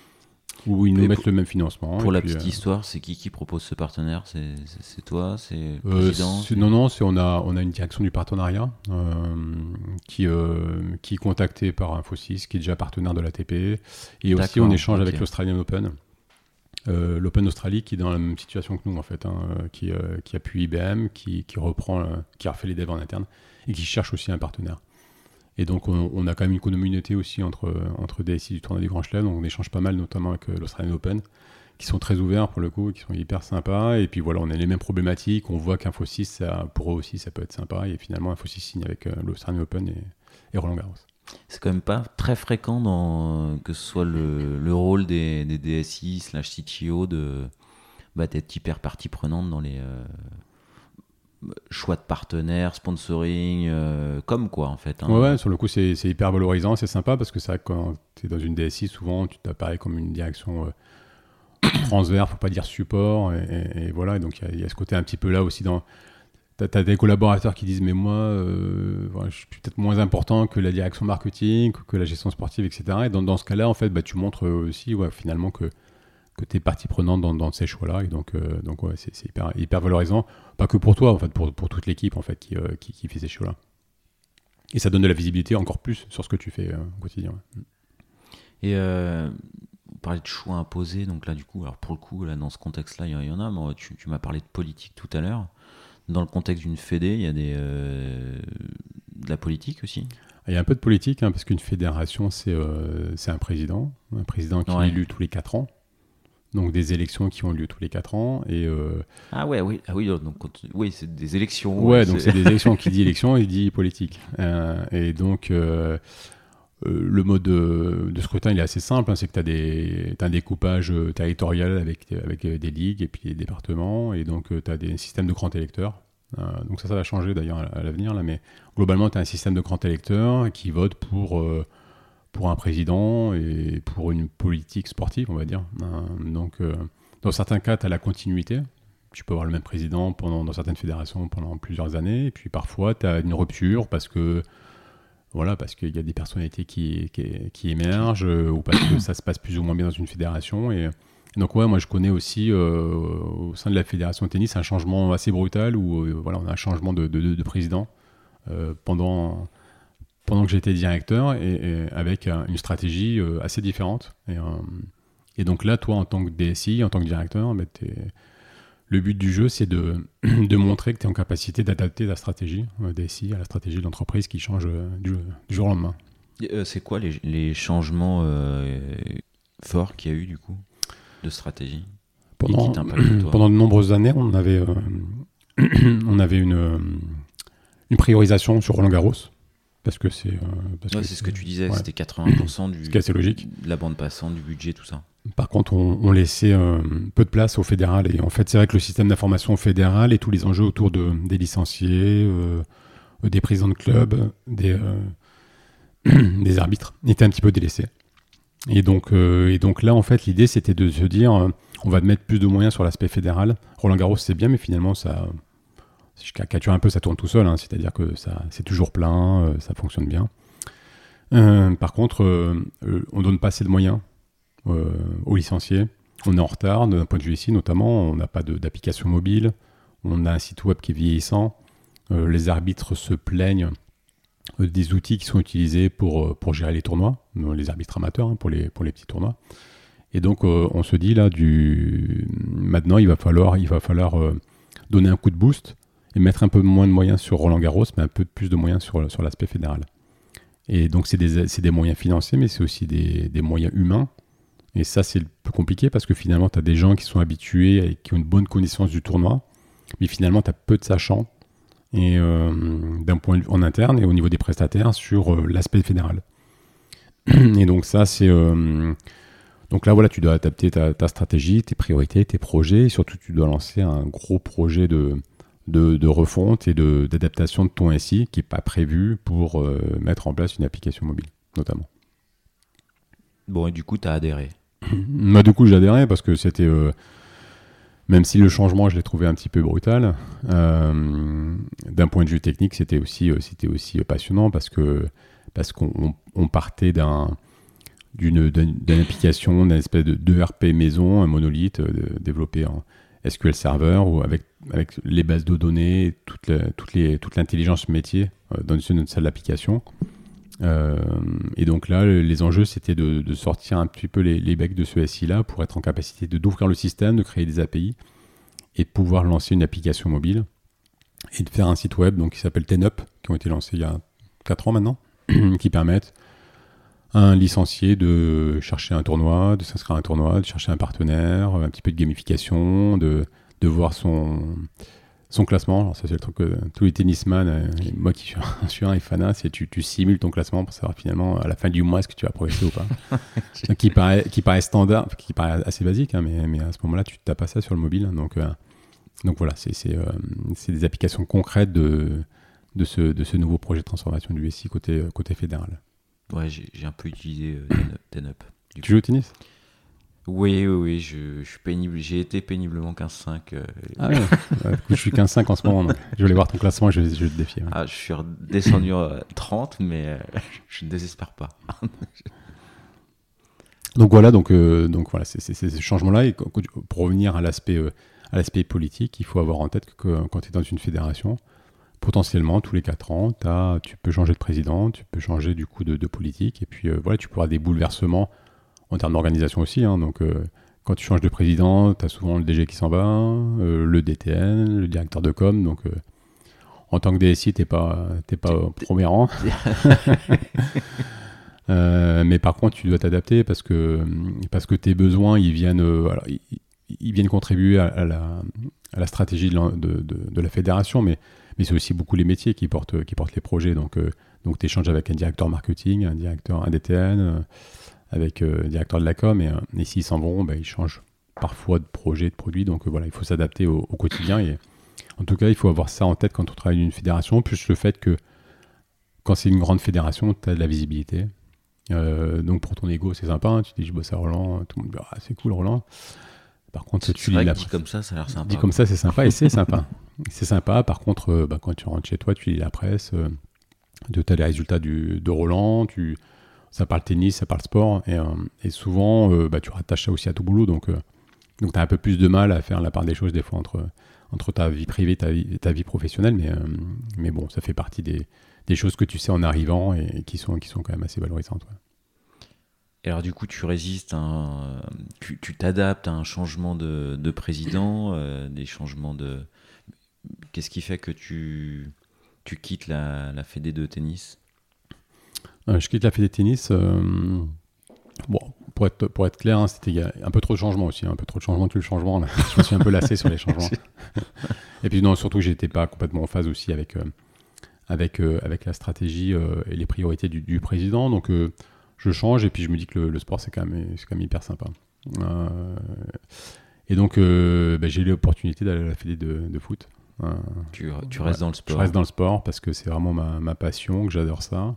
où ils nous Et mettent pour, le même financement. pour et la puis, petite euh, histoire, c'est qui qui propose ce partenaire? C'est, c'est, c'est toi? C'est le Euh, président? c'est- c'est- non, non, c'est, on, a, on a une direction du partenariat euh, qui, euh, qui est contactée par Infosys, qui est déjà partenaire de l'A T P. Et aussi, D'accord, on échange ok. avec l'Australian Open. Euh, L'Open Australie qui est dans la même situation que nous, en fait, hein, euh, qui, euh, qui appuie I B M, qui, qui reprend, euh, qui a refait les devs en interne et qui cherche aussi un partenaire. Et donc, on, on a quand même une communauté aussi entre, entre D S I du tournoi du Grand Chelem. Donc, on échange pas mal, notamment avec euh, l'Australian Open, qui sont très ouverts pour le coup, qui sont hyper sympas. Et puis voilà, on a les mêmes problématiques. On voit qu'Infosys, ça, pour eux aussi, ça peut être sympa. Et finalement, Infosys signe avec euh, l'Australian Open et, et Roland Garros. C'est quand même pas très fréquent dans, que ce soit le, le rôle des, des D S I slash C T O de, bah, d'être hyper partie prenante dans les euh, choix de partenaires, sponsoring, euh, comme quoi en fait. Hein. Ouais, ouais, sur le coup, c'est, c'est hyper valorisant, c'est sympa parce que ça, quand tu es dans une D S I, souvent, tu t'apparais comme une direction euh, transverse, faut pas dire support. Et, et, et voilà, et donc il y, y a ce côté un petit peu là aussi dans. T'as, t'as des collaborateurs qui disent mais moi euh, voilà, je suis peut-être moins important que la direction marketing, que la gestion sportive, et cetera. Et dans, dans ce cas-là, en fait, bah, tu montres aussi ouais, finalement que, que tu es partie prenante dans, dans ces choix-là. Et donc, euh, donc ouais, c'est, c'est hyper, hyper valorisant. Pas que pour toi, en fait, pour, pour toute l'équipe en fait, qui, euh, qui, qui fait ces choix-là. Et ça donne de la visibilité encore plus sur ce que tu fais euh, au quotidien. Ouais. Et euh, vous parlez de choix imposés, donc là du coup, alors pour le coup, là, dans ce contexte-là, il y, y en a, mais tu, tu m'as parlé de politique tout à l'heure. Dans le contexte d'une fédé, il y a des, euh, de la politique aussi. Il y a un peu de politique, hein, parce qu'une fédération, c'est, euh, c'est un président, un président qui Ouais. est élu tous les quatre ans. Donc des élections qui ont lieu tous les quatre ans. Et, euh, Ah ouais, oui, ah oui, donc oui, c'est des élections. ouais, ouais, donc c'est... c'est des élections. Qui dit élection, il dit politique. Euh, et donc euh, euh, le mode de, de scrutin, il est assez simple. Hein, c'est que tu as des, t'as un découpage territorial avec, avec des ligues et puis des départements. Et donc tu as des systèmes de grands électeurs. Euh, donc ça, ça va changer d'ailleurs à, à l'avenir. Là, mais globalement, tu as un système de grands électeurs qui votent pour... Euh, pour un président et pour une politique sportive, on va dire. Euh, donc, euh, dans certains cas, tu as la continuité. Tu peux avoir le même président pendant, dans certaines fédérations pendant plusieurs années. Et puis parfois, tu as une rupture parce que voilà, parce qu'il y a des personnalités qui, qui, qui émergent euh, ou parce que ça se passe plus ou moins bien dans une fédération. Et, et donc, ouais, moi, je connais aussi euh, au sein de la fédération de tennis un changement assez brutal où euh, voilà, on a un changement de, de, de, de président euh, pendant... pendant que j'étais directeur, et, et avec euh, une stratégie euh, assez différente. Et, euh, et donc là, toi, en tant que D S I, en tant que directeur, bah, le but du jeu, c'est de, de montrer que tu es en capacité d'adapter ta stratégie euh, D S I à la stratégie de l'entreprise qui change euh, du, du jour au lendemain. Euh, c'est quoi les, les changements euh, forts qu'il y a eu, du coup, de stratégie Pendant, et qui t'impactent, toi pendant de nombreuses années, on avait, euh, on avait une, une priorisation sur Roland Garros. Parce que c'est. Euh, parce ouais, que c'est ce que tu disais, ouais. C'était quatre-vingts pour cent du, ce qui est assez logique. de la bande passante, du budget, tout ça. Par contre, on, on laissait euh, peu de place au fédéral. Et en fait, c'est vrai que le système d'information fédéral et tous les enjeux autour de, des licenciés, euh, des présidents de club, des, euh, des arbitres étaient un petit peu délaissés. Et donc, euh, et donc là, en fait, l'idée, c'était de se dire euh, on va mettre plus de moyens sur l'aspect fédéral. Roland Garros, c'est bien, mais finalement, ça. Si je caricature un peu, ça tourne tout seul, hein, c'est-à-dire que ça, c'est toujours plein, euh, ça fonctionne bien. Euh, par contre, euh, euh, on ne donne pas assez de moyens euh, aux licenciés. On est en retard d'un point de vue ici, notamment. On n'a pas de, d'application mobile. On a un site web qui est vieillissant. Euh, les arbitres se plaignent euh, des outils qui sont utilisés pour, pour gérer les tournois, les arbitres amateurs, hein, pour, les, pour les petits tournois. Et donc, euh, on se dit là, du... maintenant, il va falloir, il va falloir euh, donner un coup de boost et mettre un peu moins de moyens sur Roland Garros, mais un peu plus de moyens sur, sur l'aspect fédéral. Et donc, c'est des, c'est des moyens financiers, mais c'est aussi des, des moyens humains. Et ça, c'est le plus compliqué parce que finalement, tu as des gens qui sont habitués et qui ont une bonne connaissance du tournoi, mais finalement, tu as peu de sachants et, euh, d'un point de vue en interne et au niveau des prestataires sur euh, l'aspect fédéral. Et donc, ça, c'est... Euh, donc là, voilà, tu dois adapter ta, ta stratégie, tes priorités, tes projets. Et surtout, tu dois lancer un gros projet de... De, de refonte et de, d'adaptation de ton S I qui n'est pas prévu pour euh, mettre en place une application mobile, notamment. Bon, et du coup, tu as adhéré. Moi, du coup, j'ai adhéré parce que c'était, euh, Même si le changement, je l'ai trouvé un petit peu brutal, euh, d'un point de vue technique, c'était aussi, euh, c'était aussi passionnant parce, que, parce qu'on on, on partait d'un, d'une, d'une, d'une application, d'une espèce de d'E R P maison, un monolithe euh, développé en S Q L Server, ou avec, avec les bases de données, toute, la, toute, les, toute l'intelligence métier euh, dans une salle d'application. Euh, et donc là, les enjeux, c'était de, de sortir un petit peu les, les becs de ce S I-là pour être en capacité de, d'ouvrir le système, de créer des A P I et de pouvoir lancer une application mobile et de faire un site web donc, qui s'appelle TenUp, qui ont été lancés il y a quatre ans maintenant, qui permettent à un licencié de chercher un tournoi, de s'inscrire à un tournoi, de chercher un partenaire, un petit peu de gamification, de, de voir son... son classement. Alors ça, c'est le truc que tous les tennisman, euh, moi qui suis un, suis un F A N A, c'est tu, tu simules ton classement pour savoir finalement à la fin du mois ce que tu vas progresser ou pas. Donc, qui, paraît, qui paraît standard, qui paraît assez basique, hein, mais, mais à ce moment-là, tu tapes pas ça sur le mobile. Hein, donc, euh, donc voilà, c'est, c'est, euh, c'est des applications concrètes de, de, ce, de ce nouveau projet de transformation du S I côté, côté fédéral. Ouais, j'ai, j'ai un peu utilisé euh, TenUp. Tu coup. joues au tennis ? Oui, oui, oui, je, je suis pénible. J'ai été péniblement quinze cinq. Euh, ah ouais, ouais je suis quinze cinq en ce moment. Donc je vais aller voir ton classement et je, je vais te défier. Ouais. Ah, je suis redescendu à trente, mais euh, je ne désespère pas. donc voilà, donc, euh, donc voilà, c'est, c'est, c'est ce changement-là. Et pour revenir à l'aspect, euh, à l'aspect politique, il faut avoir en tête que, que quand tu es dans une fédération, potentiellement, tous les quatre ans, t'as, tu peux changer de président, tu peux changer du coup de, de politique, et puis euh, voilà, tu peux avoir des bouleversements en termes d'organisation aussi, hein, donc euh, quand tu changes de président, tu as souvent le D G qui s'en va, euh, le D T N, le directeur de com, donc euh, en tant que D S I, t'es pas, t'es pas au premier rang. euh, mais par contre, tu dois t'adapter parce que, parce que tes besoins, ils viennent, euh, alors, ils, ils viennent contribuer à, à, la, à la stratégie de la, de, de, de la fédération, mais, mais c'est aussi beaucoup les métiers qui portent, qui portent les projets, donc, euh, donc tu échanges avec un directeur marketing, un directeur, un D T N, euh, avec euh, le directeur de la com, et, euh, et s'ils s'en vont, bah, ils changent parfois de projet, de produit, donc euh, voilà, il faut s'adapter au, au quotidien, et en tout cas, il faut avoir ça en tête quand on travaille dans une fédération, plus le fait que quand c'est une grande fédération, tu as de la visibilité, euh, donc pour ton ego, c'est sympa, hein, tu dis je bosse à Roland, tout le monde dit ah, c'est cool Roland, par contre, c'est tu vrai lis la dit comme ça, ça a l'air sympa. Dit comme ça, c'est sympa, et c'est sympa, c'est sympa, par contre, euh, bah, quand tu rentres chez toi, tu lis la presse, euh, tu as les résultats du, de Roland, tu... ça parle tennis, ça parle sport, et, euh, et souvent, euh, bah, tu rattaches ça aussi à ton boulot, donc, euh, donc tu as un peu plus de mal à faire la part des choses des fois entre, entre ta vie privée et ta vie, ta vie professionnelle, mais, euh, mais bon, ça fait partie des, des choses que tu sais en arrivant et, et qui, sont, qui sont quand même assez valorisantes. Ouais. Et alors du coup, tu résistes, à un, tu, tu t'adaptes à un changement de, de président, euh, des changements de... Qu'est-ce qui fait que tu, tu quittes la, la fédé de tennis ? Euh, je quitte la fédé de tennis. Euh, bon, pour être, pour être clair, hein, c'était il y a un peu trop de changements aussi. Hein, un peu trop de changements, tu le changement. Là. Je me suis un peu lassé sur les changements. Et puis non, surtout, j'étais pas complètement en phase aussi avec, euh, avec, euh, avec la stratégie euh, et les priorités du, du président. Donc, euh, je change et puis je me dis que le, le sport, c'est quand même, c'est quand même hyper sympa. Euh, et donc, euh, bah, j'ai eu l'opportunité d'aller à la fédé de, de foot. Euh, tu, tu restes ouais, dans le sport. Je reste dans le sport parce que c'est vraiment ma, ma passion, que j'adore ça.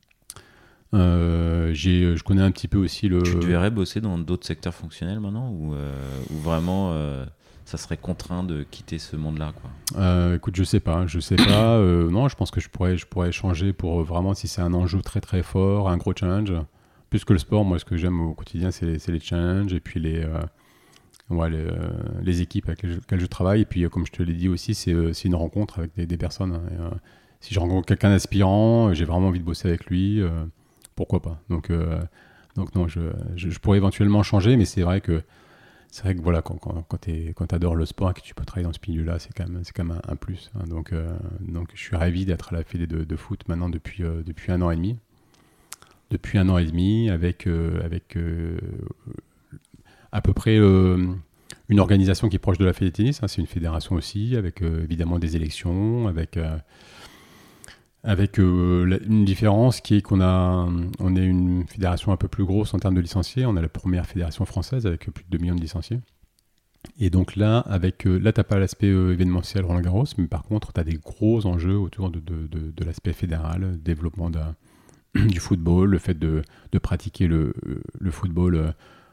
Euh, j'ai, je connais un petit peu aussi le... Tu te verrais bosser dans d'autres secteurs fonctionnels maintenant ou, euh, ou vraiment euh, ça serait contraint de quitter ce monde-là quoi ? euh, Écoute, je sais pas, je sais pas. Euh, non, je pense que je pourrais, je pourrais changer pour vraiment si c'est un enjeu très très fort, un gros challenge. Plus que le sport, moi, ce que j'aime au quotidien, c'est les, c'est les challenges et puis les, euh, ouais, les, euh, les équipes avec lesquelles je, lesquelles je travaille. Et puis, euh, comme je te l'ai dit aussi, c'est, euh, c'est une rencontre avec des, des personnes. Hein, et, euh, si je rencontre quelqu'un d'aspirant, j'ai vraiment envie de bosser avec lui. Euh, Pourquoi pas ? Donc, euh, donc non, je, je, je pourrais éventuellement changer, mais c'est vrai que c'est vrai que voilà, quand, quand, quand tu adores le sport et que tu peux travailler dans ce milieu-là, c'est quand même, c'est quand même un, un plus. Hein. Donc, euh, donc, je suis ravi d'être à la fédé de, de foot maintenant depuis, euh, depuis un an et demi. Depuis un an et demi, avec, euh, avec euh, à peu près euh, une organisation qui est proche de la fédé de tennis. Hein. C'est une fédération aussi, avec euh, évidemment des élections, avec... Euh, Avec euh, la, une différence qui est qu'on a, on est une fédération un peu plus grosse en termes de licenciés. On est la première fédération française avec plus de deux millions de licenciés. Et donc là, avec, euh, là tu n'as pas l'aspect euh, événementiel Roland Garros, mais par contre, tu as des gros enjeux autour de, de, de, de l'aspect fédéral, le développement du football, le fait de, de pratiquer le, le football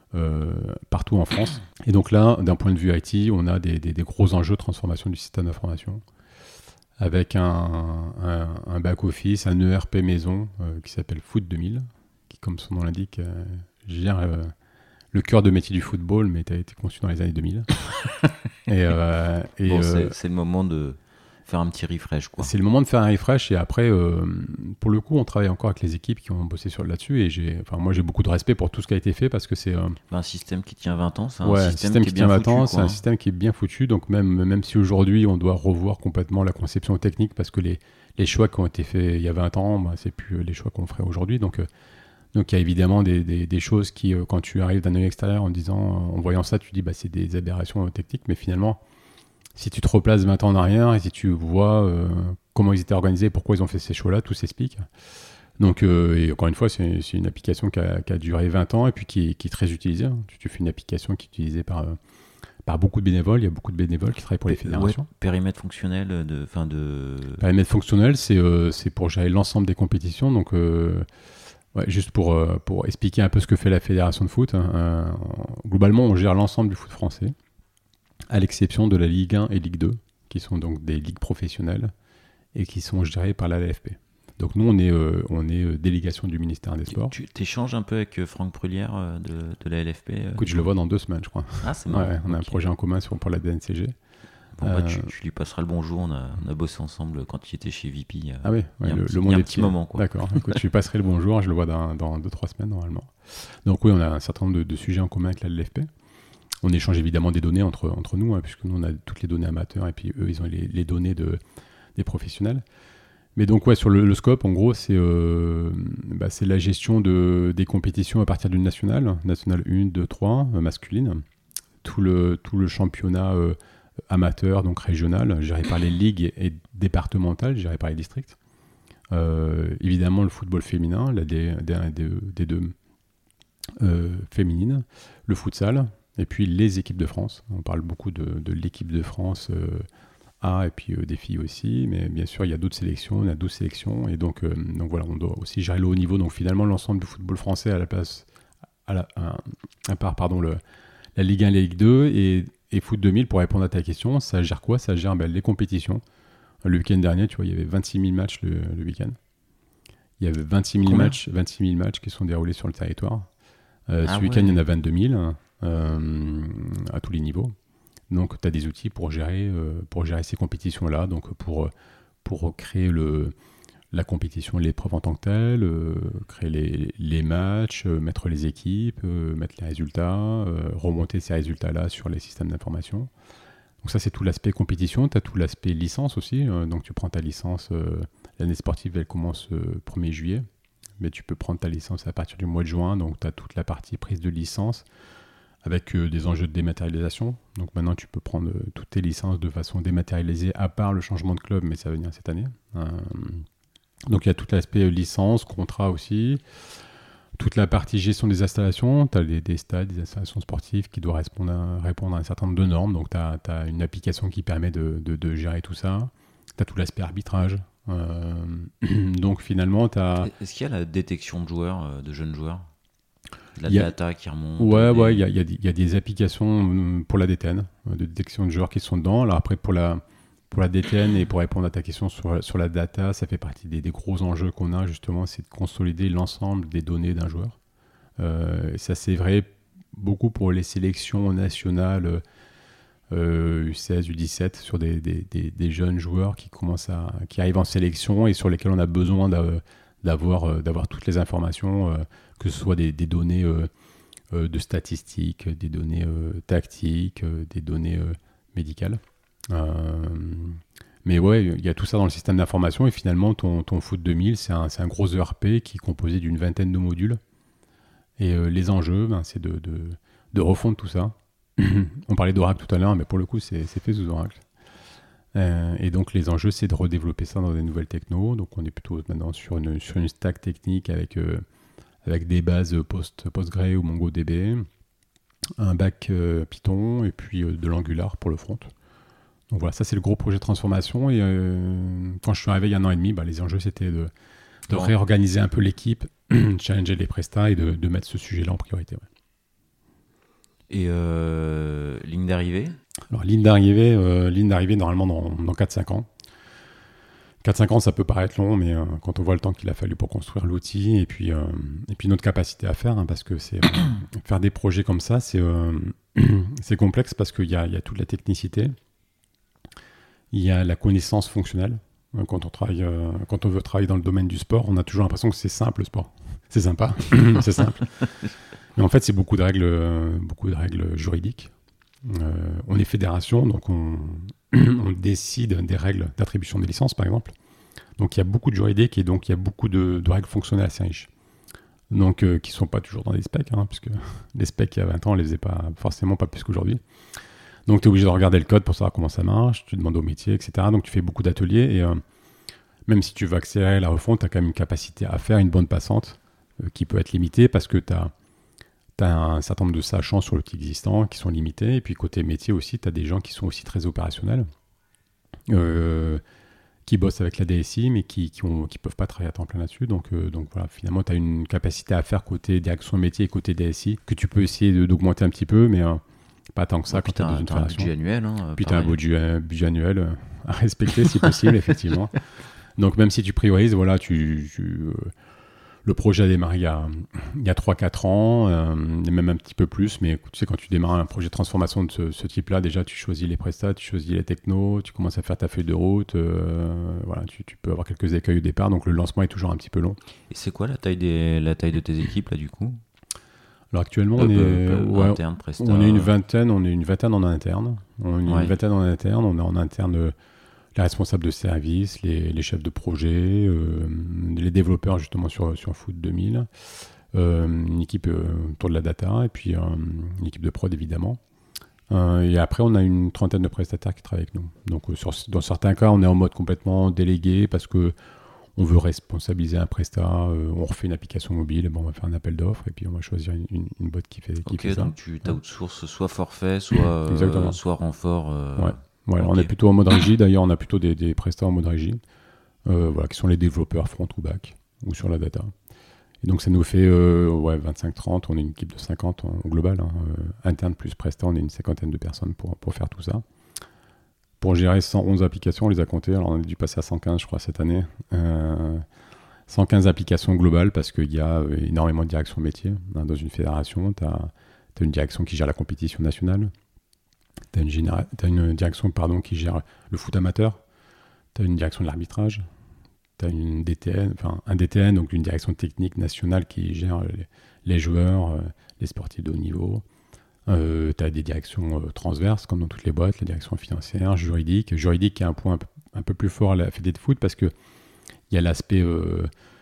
euh, partout en France. Et donc là, d'un point de vue I T, on a des, des, des gros enjeux de transformation du système d'information avec un, un, un back-office, un E R P maison euh, qui s'appelle Foot deux mille, qui, comme son nom l'indique, euh, gère euh, le cœur de métier du football, mais qui a été conçu dans les années deux mille. et, euh, et, bon, euh, c'est, c'est le moment de faire un petit refresh, quoi. C'est le moment de faire un refresh, et après, euh, pour le coup, on travaille encore avec les équipes qui ont bossé sur, là-dessus, et j'ai, enfin, moi j'ai beaucoup de respect pour tout ce qui a été fait, parce que c'est... Euh, un système qui tient vingt ans, c'est un ouais, système, système qui, qui est bien tient vingt foutu, ans, quoi, c'est un hein. système qui est bien foutu, donc même, même si aujourd'hui on doit revoir complètement la conception technique, parce que les, les choix qui ont été faits il y a vingt ans, bah, c'est plus les choix qu'on ferait aujourd'hui, donc... Euh, Donc il y a évidemment des, des, des choses qui, euh, quand tu arrives d'un œil extérieur en disant, en voyant ça, tu dis bah c'est des aberrations euh, techniques, mais finalement, si tu te replaces vingt ans en arrière et si tu vois euh, comment ils étaient organisés, pourquoi ils ont fait ces choix-là, tout s'explique. Donc euh, et encore une fois, c'est, c'est une application qui a, qui a duré vingt ans et puis qui, qui est très utilisée. Hein. Tu, tu fais une application qui est utilisée par, euh, par beaucoup de bénévoles. Il y a beaucoup de bénévoles qui travaillent pour les fédérations. Ouais, périmètre fonctionnel de, fin de. Périmètre fonctionnel, c'est euh, c'est pour gérer l'ensemble des compétitions. Donc euh, Ouais, juste pour, euh, pour expliquer un peu ce que fait la fédération de foot, hein, euh, globalement, on gère l'ensemble du foot français, à l'exception de la Ligue un et Ligue deux, qui sont donc des ligues professionnelles et qui sont gérées par la L F P. Donc nous, on est, euh, on est euh, délégation du ministère des Sports. Tu t'échanges un peu avec Franck Prulière euh, de, de la L F P euh, Écoute, je le vois dans deux semaines, je crois. Ah, c'est marrant. Ouais, on a okay. un projet en commun sur, pour la D N C G. Bon, bah, euh... tu, tu lui passeras le bonjour. On a, on a bossé ensemble quand il était chez V P. Euh, ah oui, ouais, le, petit, le monde un est petit petit moment. Quoi. D'accord. Écoute, je lui passerai le bonjour. Je le vois dans, dans deux trois semaines normalement. Donc oui, on a un certain nombre de, de sujets en commun avec la L F P. On échange évidemment des données entre, entre nous, hein, puisque nous on a toutes les données amateurs et puis eux ils ont les, les données de, des professionnels. Mais donc ouais, sur le, le scope, en gros, c'est, euh, bah, c'est la gestion de, des compétitions à partir d'une nationale, nationale un, deux, trois, euh, masculine. Tout le, tout le championnat euh, amateur, donc régional, géré par les ligues et départementales, géré par les districts. Euh, évidemment, le football féminin, la D deux euh, féminine, le futsal, et puis les équipes de France. On parle beaucoup de, de l'équipe de France euh, A et puis euh, des filles aussi, mais bien sûr, il y a d'autres sélections, on a douze sélections, et donc, euh, donc voilà, on doit aussi gérer le haut niveau. Donc finalement, l'ensemble du football français à la place, à, la, à, à part pardon, le, la Ligue un, la Ligue deux et, et Foot deux mille, pour répondre à ta question, ça gère quoi? Ça gère ben, les compétitions. Le week-end dernier, tu vois, il y avait vingt-six mille matchs le, le week-end. Il y avait vingt-six mille matchs, vingt-six mille matchs qui sont déroulés sur le territoire. Euh, ah ce week-end, ouais. Il y en a vingt-deux mille euh, à tous les niveaux. Donc, tu as des outils pour gérer, euh, pour gérer ces compétitions-là, donc pour, pour créer le, la compétition, l'épreuve en tant que telle, euh, créer les, les matchs, euh, mettre les équipes, euh, mettre les résultats, euh, remonter ces résultats-là sur les systèmes d'information. Donc ça, c'est tout l'aspect compétition. Tu as tout l'aspect licence aussi. Euh, donc, tu prends ta licence, euh, l'année sportive, elle commence le euh, premier juillet. Mais tu peux prendre ta licence à partir du mois de juin. Donc, tu as toute la partie prise de licence avec euh, des enjeux de dématérialisation. Donc, maintenant, tu peux prendre euh, toutes tes licences de façon dématérialisée, à part le changement de club, mais ça va venir cette année. Euh, donc, il y a tout l'aspect euh, licence, contrat aussi. Toute la partie gestion des installations, tu as des stades, des installations sportives qui doivent répondre à, répondre à un certain nombre de normes. Donc, tu as une application qui permet de, de, de gérer tout ça. Tu as tout l'aspect arbitrage. Euh, donc, finalement, tu as... Est-ce qu'il y a la détection de joueurs, de jeunes joueurs? La a... data qui remonte? Ouais, des... ouais, il y a, y, a, y a des applications pour la D T N, de détection de joueurs qui sont dedans. Alors après, pour la... Pour la D T N et pour répondre à ta question sur, sur la data, ça fait partie des, des gros enjeux qu'on a justement, c'est de consolider l'ensemble des données d'un joueur. Euh, et ça, c'est vrai beaucoup pour les sélections nationales euh, U seize, U dix-sept, sur des, des, des, des jeunes joueurs qui, commencent à, qui arrivent en sélection et sur lesquels on a besoin d'avoir, d'avoir toutes les informations, euh, que ce soit des, des données euh, euh, de statistiques, des données euh, tactiques, euh, des données euh, médicales. Euh, mais ouais, il y a tout ça dans le système d'information et finalement ton, ton Foot deux mille, c'est un, c'est un gros E R P qui est composé d'une vingtaine de modules et euh, les enjeux, ben, c'est de, de, de refondre tout ça. On parlait d'Oracle tout à l'heure, mais pour le coup c'est, c'est fait sous Oracle euh, et donc les enjeux, c'est de redévelopper ça dans des nouvelles technos. Donc on est plutôt maintenant sur une, sur une stack technique avec, euh, avec des bases Post, Postgre ou MongoDB, un back euh, Python et puis euh, de l'Angular pour le front. Donc voilà, ça c'est le gros projet de transformation. Et euh, quand je suis arrivé il y a un an et demi, bah, les enjeux c'était de, de réorganiser un peu l'équipe, challenger les prestats et de, de mettre ce sujet-là en priorité. Ouais. Et euh, ligne d'arrivée? Alors, ligne d'arrivée, euh, ligne d'arrivée normalement dans, dans quatre cinq ans. quatre cinq ans, ça peut paraître long, mais euh, quand on voit le temps qu'il a fallu pour construire l'outil et puis, euh, et puis notre capacité à faire, hein, parce que c'est, euh, faire des projets comme ça, c'est, euh, c'est complexe parce qu'il y a, il y a toute la technicité, il y a la connaissance fonctionnelle. Quand on, travaille, euh, quand on veut travailler dans le domaine du sport, on a toujours l'impression que c'est simple le sport. C'est sympa, c'est simple. Mais en fait, c'est beaucoup de règles, euh, beaucoup de règles juridiques. Euh, on est fédération, donc on, on décide des règles d'attribution des licences, par exemple. Donc il y a beaucoup de juridiques et donc il y a beaucoup de, de règles fonctionnelles assez riches. Donc euh, qui ne sont pas toujours dans les specs, hein, puisque les specs il y a vingt ans, on ne les faisait pas forcément pas plus qu'aujourd'hui. Donc tu es obligé de regarder le code pour savoir comment ça marche, tu demandes au métier, et cetera. Donc tu fais beaucoup d'ateliers et euh, même si tu veux accélérer la refonte, tu as quand même une capacité à faire une bonne passante euh, qui peut être limitée parce que tu as Tu as un certain nombre de sachants sur l'outil existant qui sont limités. Et puis côté métier aussi, tu as des gens qui sont aussi très opérationnels, euh, qui bossent avec la D S I, mais qui ne qui peuvent pas travailler à temps plein là-dessus. Donc, euh, donc voilà, finalement, tu as une capacité à faire côté direction métier et côté D S I, que tu peux essayer de, d'augmenter un petit peu, mais euh, pas tant que ça. Ouais, quand tu as dans une un budget annuel. Hein, puis tu as un budget, budget annuel euh, à respecter si possible, effectivement. Donc même si tu priorises, voilà, tu... tu euh, le projet a démarré il y a, il y a trois quatre ans, euh, même un petit peu plus, mais tu sais, quand tu démarres un projet de transformation de ce, ce type-là, déjà tu choisis les prestats, tu choisis les technos, tu commences à faire ta feuille de route, euh, voilà, tu, tu peux avoir quelques écueils au départ, donc le lancement est toujours un petit peu long. Et c'est quoi la taille, des, la taille de tes équipes là du coup? Alors actuellement, on, euh, est, euh, ouais, interne, Presta, on est une vingtaine, on est une vingtaine en interne, on est ouais. une vingtaine en interne, on a en interne euh, les responsables de service, les, les chefs de projet, euh, les développeurs justement sur, sur Foot deux mille, euh, une équipe euh, autour de la data et puis euh, une équipe de prod évidemment. Euh, et après, on a une trentaine de prestataires qui travaillent avec nous. Donc, euh, sur, dans certains cas, on est en mode complètement délégué parce que on veut responsabiliser un prestat, euh, on refait une application mobile, bon, on va faire un appel d'offres et puis on va choisir une, une, une boîte qui fait, qui Ok, fait ça. donc tu outsources soit forfait, soit, euh, soit renfort. Euh... Ouais. Voilà, okay. On est plutôt en mode régie. D'ailleurs, on a plutôt des, des prestats en mode régie, euh, voilà, qui sont les développeurs front ou back ou sur la data. Et donc, ça nous fait euh, ouais, vingt-cinq trente. On est une équipe de cinquante en, au global. Hein, euh, interne plus prestat, on est une cinquantaine de personnes pour, pour faire tout ça. Pour gérer cent onze applications, on les a comptées. Alors, on a dû passer à cent quinze, je crois, cette année. Euh, cent quinze applications globales parce qu'il y a énormément de directions métiers. Hein, dans une fédération, tu as une direction qui gère la compétition nationale. Tu as une, généra- t'as une direction pardon, qui gère le foot amateur. Tu as une direction de l'arbitrage. Tu as une D T N, enfin, un D T N, donc une direction technique nationale qui gère les, les joueurs, euh, les sportifs de haut niveau. Euh, tu as des directions euh, transverses, comme dans toutes les boîtes, la direction financière, juridique. Juridique qui est un point un peu, un peu plus fort à la Fédé de foot parce qu'il y a l'aspect... Euh,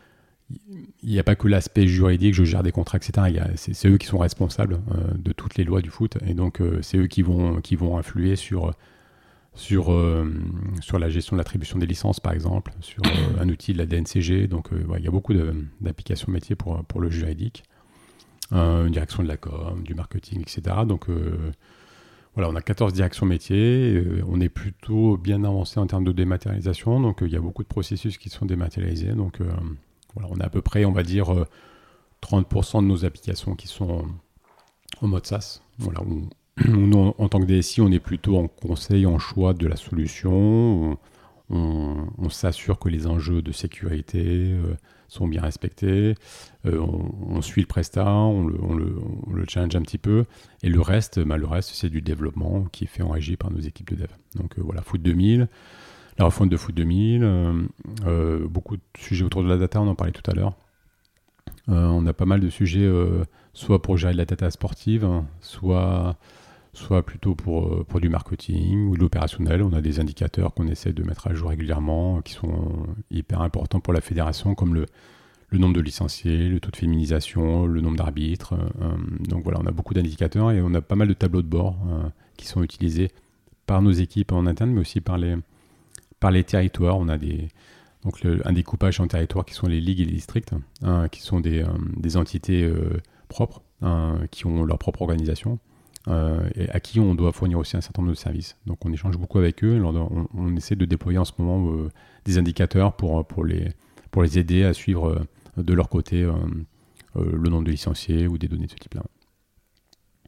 il n'y a pas que l'aspect juridique, je gère des contrats, et cetera. Il y a, c'est, c'est eux qui sont responsables euh, de toutes les lois du foot. Et donc, euh, c'est eux qui vont, qui vont influer sur, sur, euh, sur la gestion de l'attribution des licences, par exemple, sur euh, un outil de la D N C G. Donc, euh, ouais, il y a beaucoup de, d'applications métiers pour, pour le juridique. Euh, une direction de la com, du marketing, et cetera. Donc, euh, voilà, on a quatorze directions métiers. Euh, on est plutôt bien avancé en termes de dématérialisation. Donc, euh, il y a beaucoup de processus qui sont dématérialisés. Donc, euh, voilà, on a à peu près, on va dire, euh, trente pour cent de nos applications qui sont en mode SaaS. Voilà, où, où nous, en, en tant que D S I, on est plutôt en conseil, en choix de la solution. On, on, on s'assure que les enjeux de sécurité euh, sont bien respectés. Euh, on, on suit le prestat, on le, on, le, on le challenge un petit peu. Et le reste, bah, le reste, c'est du développement qui est fait en régie par nos équipes de dev. Donc euh, voilà, Foot deux mille. La refonte de Foot deux mille, euh, euh, beaucoup de sujets autour de la data, on en parlait tout à l'heure. Euh, on a pas mal de sujets, euh, soit pour gérer de la data sportive, soit, soit plutôt pour, pour du marketing ou de l'opérationnel. On a des indicateurs qu'on essaie de mettre à jour régulièrement, qui sont hyper importants pour la fédération, comme le, le nombre de licenciés, le taux de féminisation, le nombre d'arbitres. Euh, donc voilà, on a beaucoup d'indicateurs et on a pas mal de tableaux de bord euh, qui sont utilisés par nos équipes en interne, mais aussi par les... Par les territoires, on a des, donc le, un découpage en territoires qui sont les ligues et les districts, hein, qui sont des, euh, des entités euh, propres, hein, qui ont leur propre organisation, euh, et à qui on doit fournir aussi un certain nombre de services. Donc on échange beaucoup avec eux, on, on essaie de déployer en ce moment euh, des indicateurs pour, pour, les, pour les aider à suivre euh, de leur côté euh, euh, le nombre de licenciés ou des données de ce type-là.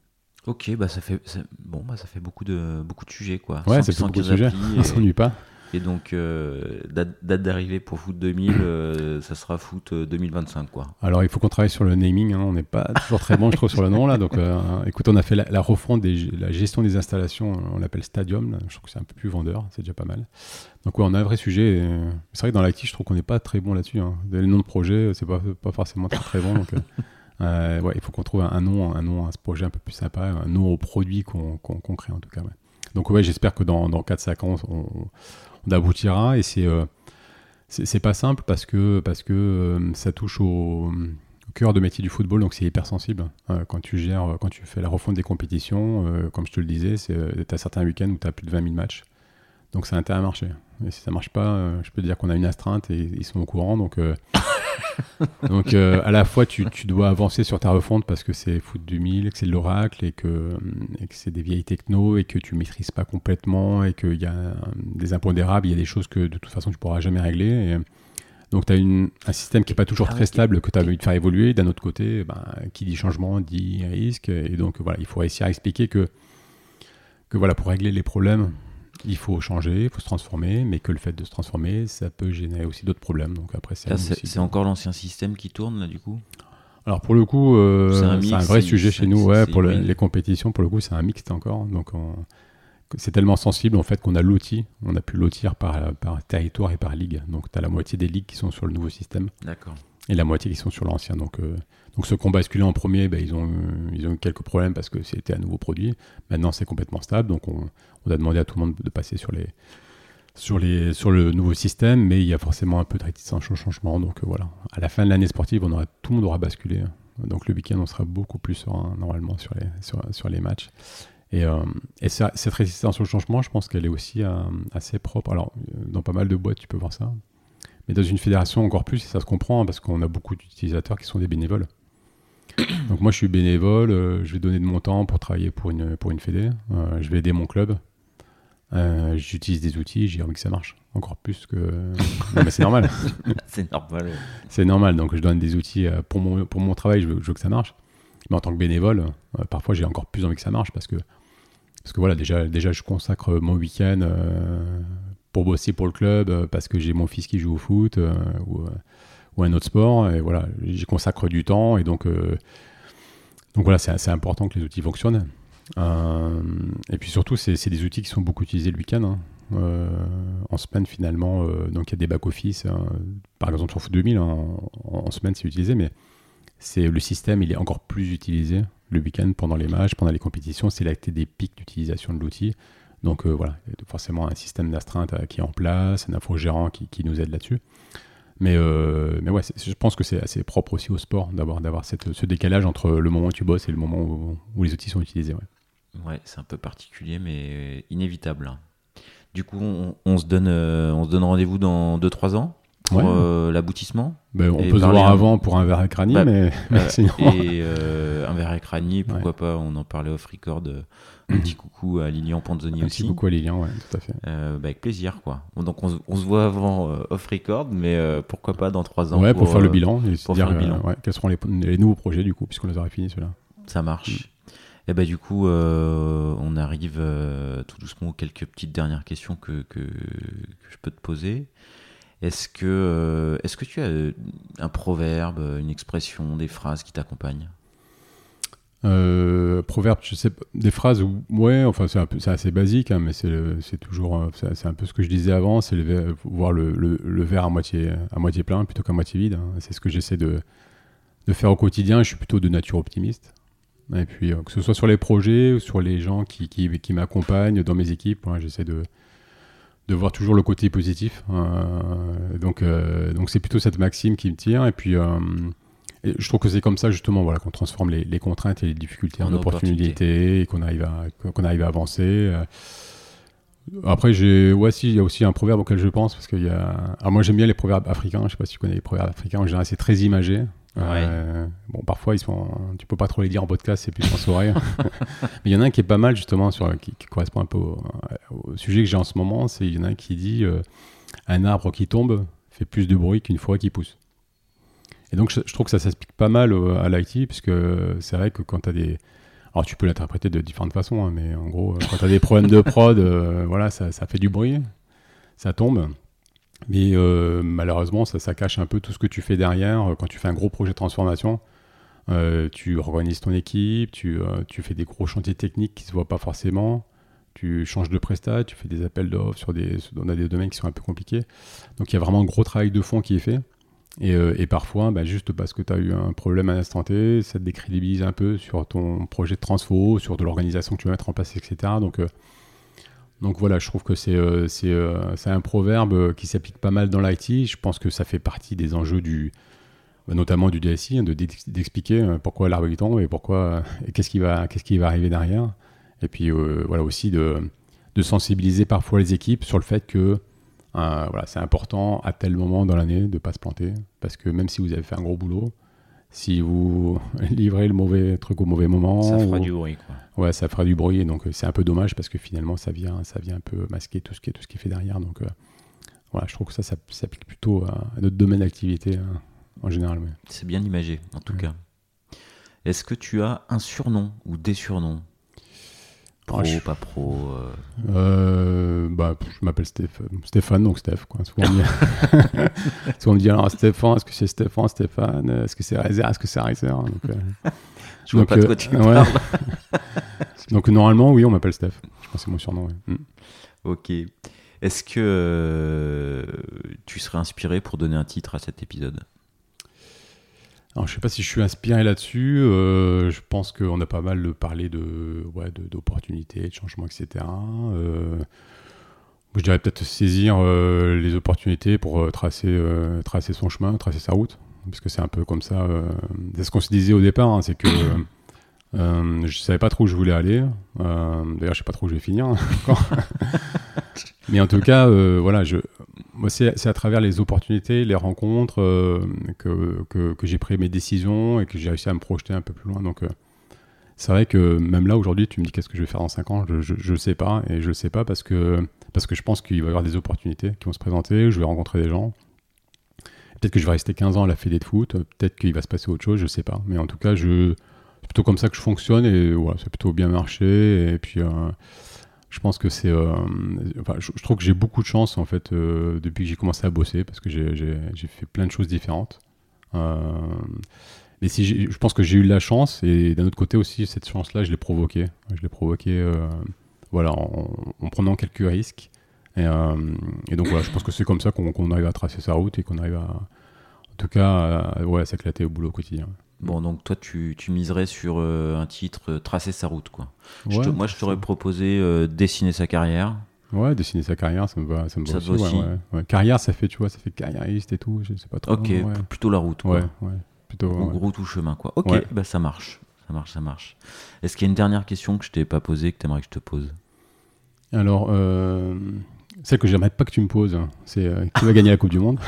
Ok, bah ça fait ça, bon bah ça fait beaucoup de beaucoup de sujets quoi. Ouais, c'est beaucoup de sujets. On s'ennuie pas. Et donc euh, date, date d'arrivée pour Foot deux mille, euh, ça sera Foot deux mille vingt-cinq quoi. Alors il faut qu'on travaille sur le naming. Hein. On n'est pas toujours très bon, je trouve, sur le nom là. Donc euh, écoute, on a fait la, la refonte des la gestion des installations. On l'appelle Stadium. Là. Je trouve que c'est un peu plus vendeur. C'est déjà pas mal. Donc ouais, on a un vrai sujet. Et, euh, c'est vrai que dans l'I T, je trouve qu'on n'est pas très bon là-dessus. Hein. Le nom de projet, c'est pas pas forcément très très bon. Donc euh, Euh, ouais, il faut qu'on trouve un, un nom, un nom à ce projet un peu plus sympa, un nom au produit qu'on, qu'on, qu'on crée en tout cas. Ouais. Donc ouais, j'espère que dans, dans quatre cinq ans, on, on aboutira. Et c'est, euh, c'est, c'est pas simple parce que, parce que euh, ça touche au, au cœur de métier du football, donc c'est hyper sensible. Euh, quand tu gères, quand tu fais la refonte des compétitions, euh, comme je te le disais, c'est, t'as certains week-ends où tu as plus de vingt mille matchs. Donc ça a intérêt à marcher. Et si ça marche pas, euh, je peux te dire qu'on a une astreinte et ils sont au courant. Donc, euh, donc euh, à la fois, tu, tu dois avancer sur ta refonte parce que c'est Foot deux mille, que c'est de l'oracle et que, et que c'est des vieilles techno et que tu maîtrises pas complètement et qu'il y a des impondérables, il y a des choses que de toute façon tu pourras jamais régler. Et, donc tu as une, un système qui est pas toujours ah, très stable que tu as envie de faire évoluer. D'un autre côté, ben, qui dit changement dit risque. Et donc voilà, il faut réussir à expliquer que, que voilà, pour régler les problèmes, il faut changer, il faut se transformer, mais que le fait de se transformer, ça peut générer aussi d'autres problèmes. Donc après, c'est, là, c'est, c'est encore l'ancien système qui tourne là du coup. Alors pour le coup, euh, c'est, un mix, c'est un vrai c'est, sujet c'est, chez nous. Ouais, pour le, les compétitions, pour le coup, c'est un mixte encore. Donc on, c'est tellement sensible en fait qu'on a loti, on a pu lotir par, par territoire et par ligue. Donc tu as la moitié des ligues qui sont sur le nouveau système. D'accord. Et la moitié qui sont sur l'ancien. Donc, euh, donc ceux qui ont basculé en premier, ben, ils, ont, ils ont eu quelques problèmes parce que c'était un nouveau produit. Maintenant, c'est complètement stable. Donc on, on a demandé à tout le monde de passer sur, les, sur, les, sur le nouveau système, mais il y a forcément un peu de réticence au changement. Donc euh, voilà, à la fin de l'année sportive, on aura, tout le monde aura basculé. Donc le week-end, on sera beaucoup plus serein normalement sur les, sur, sur les matchs. Et, euh, et ça, cette résistance au changement, je pense qu'elle est aussi euh, assez propre. Alors, dans pas mal de boîtes, tu peux voir ça. Mais dans une fédération, encore plus, ça se comprend, hein, parce qu'on a beaucoup d'utilisateurs qui sont des bénévoles. Donc moi, je suis bénévole, euh, je vais donner de mon temps pour travailler pour une, pour une fédé. Euh, je vais aider mon club. Euh, j'utilise des outils, j'ai envie que ça marche. Encore plus que... non, mais c'est normal. c'est normal. Ouais. C'est normal, donc je donne des outils euh, pour, mon, pour mon travail, je veux, je veux que ça marche. Mais en tant que bénévole, euh, parfois, j'ai encore plus envie que ça marche, parce que, parce que voilà, déjà, déjà, je consacre mon week-end... Euh, pour bosser pour le club euh, parce que j'ai mon fils qui joue au foot euh, ou, euh, ou un autre sport et voilà, j'y consacre du temps et donc, euh, donc voilà, c'est assez important que les outils fonctionnent euh, et puis surtout c'est, c'est des outils qui sont beaucoup utilisés le week-end hein. euh, en semaine finalement euh, donc il y a des back-office hein, par exemple sur Foot deux mille hein, en, en semaine c'est utilisé mais c'est, le système il est encore plus utilisé le week-end pendant les matchs, pendant les compétitions, c'est là que tu as des pics d'utilisation de l'outil. Donc euh, voilà, il y a forcément un système d'astreinte euh, qui est en place, un infogérant qui, qui nous aide là-dessus. Mais, euh, mais ouais, je pense que c'est assez propre aussi au sport d'avoir, d'avoir cette, ce décalage entre le moment où tu bosses et le moment où, où les outils sont utilisés. Ouais, ouais c'est un peu particulier, mais inévitable. Du coup, on, on, se, donne, euh, on se donne rendez-vous dans deux trois ans pour ouais. euh, l'aboutissement. Ben, on peut se voir un... avant pour un verre à crânier, bah, mais, mais euh, sinon... Et euh, un verre à crânier, pourquoi ouais. pas, on en parlait off-record... Euh, un petit coucou à Lilian Panzoni un aussi. Un petit coucou à Lilian, ouais, tout à fait. Euh, bah avec plaisir, quoi. Donc on, on se voit avant euh, off-record, mais euh, pourquoi pas dans trois ans. Ouais, pour, pour faire euh, le bilan. Et pour dire, faire le bilan. Euh, ouais, quels seront les, les nouveaux projets, du coup, puisqu'on les aura finis, ceux-là. Ça marche. Mm. Et bah du coup, euh, on arrive euh, tout doucement aux quelques petites dernières questions que, que, que je peux te poser. Est-ce que, euh, est-ce que tu as un proverbe, une expression, des phrases qui t'accompagnent ? Euh, proverbe, je sais, des phrases où, ouais, enfin c'est, un peu, c'est assez basique, hein, mais c'est, c'est toujours, c'est, c'est un peu ce que je disais avant, c'est le, voir le, le, le verre à moitié, à moitié plein plutôt qu'à moitié vide. Hein. C'est ce que j'essaie de, de faire au quotidien. Je suis plutôt de nature optimiste. Et puis euh, que ce soit sur les projets ou sur les gens qui, qui, qui m'accompagnent dans mes équipes, ouais, j'essaie de, de voir toujours le côté positif. Euh, donc, euh, donc c'est plutôt cette maxime qui me tire. Et puis euh, Et je trouve que c'est comme ça justement voilà, qu'on transforme les, les contraintes et les difficultés en, en opportunités opportunité. Et qu'on arrive à, qu'on arrive à avancer. Après, j'ai, ouais, si, il y a aussi un proverbe auquel je pense, parce qu'il y a... Alors moi j'aime bien les proverbes africains, je ne sais pas si tu connais les proverbes africains, en général c'est très imagé. Ouais. Euh, bon, parfois ils sont, tu peux pas trop les dire en podcast, c'est plus en soirée. Mais il y en a un qui est pas mal justement, sur, qui, qui correspond un peu au, au sujet que j'ai en ce moment, c'est il y en a un qui dit euh, un arbre qui tombe fait plus de bruit qu'une forêt qui pousse. Et donc je, je trouve que ça s'explique pas mal euh, à l'I T, puisque c'est vrai que quand tu as des... Alors tu peux l'interpréter de différentes façons, hein, mais en gros, euh, quand tu as des problèmes de prod, euh, voilà, ça, ça fait du bruit, ça tombe. Mais euh, malheureusement, ça, ça cache un peu tout ce que tu fais derrière. Quand tu fais un gros projet de transformation, euh, tu organises ton équipe, tu, euh, tu fais des gros chantiers techniques qui ne se voient pas forcément, tu changes de prestat, tu fais des appels d'offres sur des, on a des domaines qui sont un peu compliqués. Donc il y a vraiment un gros travail de fond qui est fait. Et, euh, et parfois, bah, juste parce que tu as eu un problème à l'instant T, ça te décrédibilise un peu sur ton projet de transfo, sur de l'organisation que tu vas mettre en place, et cetera. Donc, euh, donc voilà, je trouve que c'est, euh, c'est, euh, c'est un proverbe qui s'applique pas mal dans l'I T. Je pense que ça fait partie des enjeux du, bah, notamment du D S I, hein, de, d'expliquer pourquoi l'arbre il tombe et pourquoi et qu'est-ce qui va, qu'est-ce qui va arriver derrière. Et puis euh, voilà aussi de, de sensibiliser parfois les équipes sur le fait que euh, voilà, c'est important à tel moment dans l'année de ne pas se planter, parce que même si vous avez fait un gros boulot, si vous livrez le mauvais truc au mauvais moment, ça fera ou, du bruit, quoi. Ouais, ça fera du bruit, et donc c'est un peu dommage parce que finalement ça vient, ça vient un peu masquer tout ce qui est, tout ce qui est fait derrière. Donc euh, voilà, je trouve que ça, ça s'applique plutôt à, à notre domaine d'activité hein, en général. Ouais. C'est bien imagé, en tout ouais. cas. Est-ce que tu as un surnom ou des surnoms? Pro, je... pas pro euh... Euh, bah, je m'appelle Stéph... Stéphane, donc Steph. Quoi. Souvent, on me dit, souvent, on me dit alors Stéphane, est-ce que c'est Stéphane, Stéphane, est-ce que c'est Reiser, est-ce que c'est Reiser donc, euh... Je vois donc, pas de quoi tu euh, parles. Ouais. Donc, normalement, oui, on m'appelle Steph. Je pense que c'est mon surnom. Ouais. Mm. Ok. Est-ce que euh, tu serais inspiré pour donner un titre à cet épisode? Alors, je ne sais pas si je suis inspiré là-dessus. Euh, je pense qu'on a pas mal parlé de, ouais, de, d'opportunités, de changements, et cetera. Euh, je dirais peut-être saisir euh, les opportunités pour euh, tracer, euh, tracer son chemin, tracer sa route. Parce que c'est un peu comme ça. Euh, c'est ce qu'on se disait au départ. Hein, c'est que euh, euh, je ne savais pas trop où je voulais aller. Euh, d'ailleurs, je ne sais pas trop où je vais finir. Mais en tout cas, euh, voilà, je... Moi, c'est, c'est à travers les opportunités, les rencontres euh, que, que, que j'ai pris mes décisions et que j'ai réussi à me projeter un peu plus loin. Donc, euh, c'est vrai que même là, aujourd'hui, tu me dis qu'est-ce que je vais faire dans cinq ans, je ne sais pas. Et je ne sais pas parce que, parce que je pense qu'il va y avoir des opportunités qui vont se présenter, je vais rencontrer des gens. Peut-être que je vais rester quinze ans à la fédé de foot, peut-être qu'il va se passer autre chose, je ne sais pas. Mais en tout cas, je, c'est plutôt comme ça que je fonctionne et voilà, ça a plutôt bien marché. Et puis... Euh, Je pense que c'est. Euh, enfin, je, je trouve que j'ai beaucoup de chance en fait euh, depuis que j'ai commencé à bosser parce que j'ai, j'ai, j'ai fait plein de choses différentes. Euh, mais si j'ai, je pense que j'ai eu de la chance et d'un autre côté aussi cette chance-là, je l'ai provoquée. Je l'ai provoquée, euh, voilà, en, en prenant quelques risques. Et, euh, et donc voilà, je pense que c'est comme ça qu'on, qu'on arrive à tracer sa route et qu'on arrive à, en tout cas, à, ouais, à s'éclater au boulot au quotidien. Bon, donc toi, tu, tu miserais sur euh, un titre euh, tracer sa route, quoi. Ouais, je te, moi, je t'aurais ça. proposé euh, dessiner sa carrière. Ouais, dessiner sa carrière, ça me va, ça me ça va aussi. aussi. Ouais, ouais, ouais. Carrière, ça fait, tu vois, ça fait carriériste et tout. Je sais pas trop. Ok, ouais. plutôt la route, quoi. Ouais, ouais. Plutôt. En ouais. route ou chemin, quoi. Ok, ouais. bah ça marche, ça marche, ça marche. Est-ce qu'il y a une dernière question que je t'ai pas posée que t'aimerais que je te pose? Alors, euh, celle que j'aimerais pas que tu me poses, c'est euh, qui va gagner la Coupe du Monde?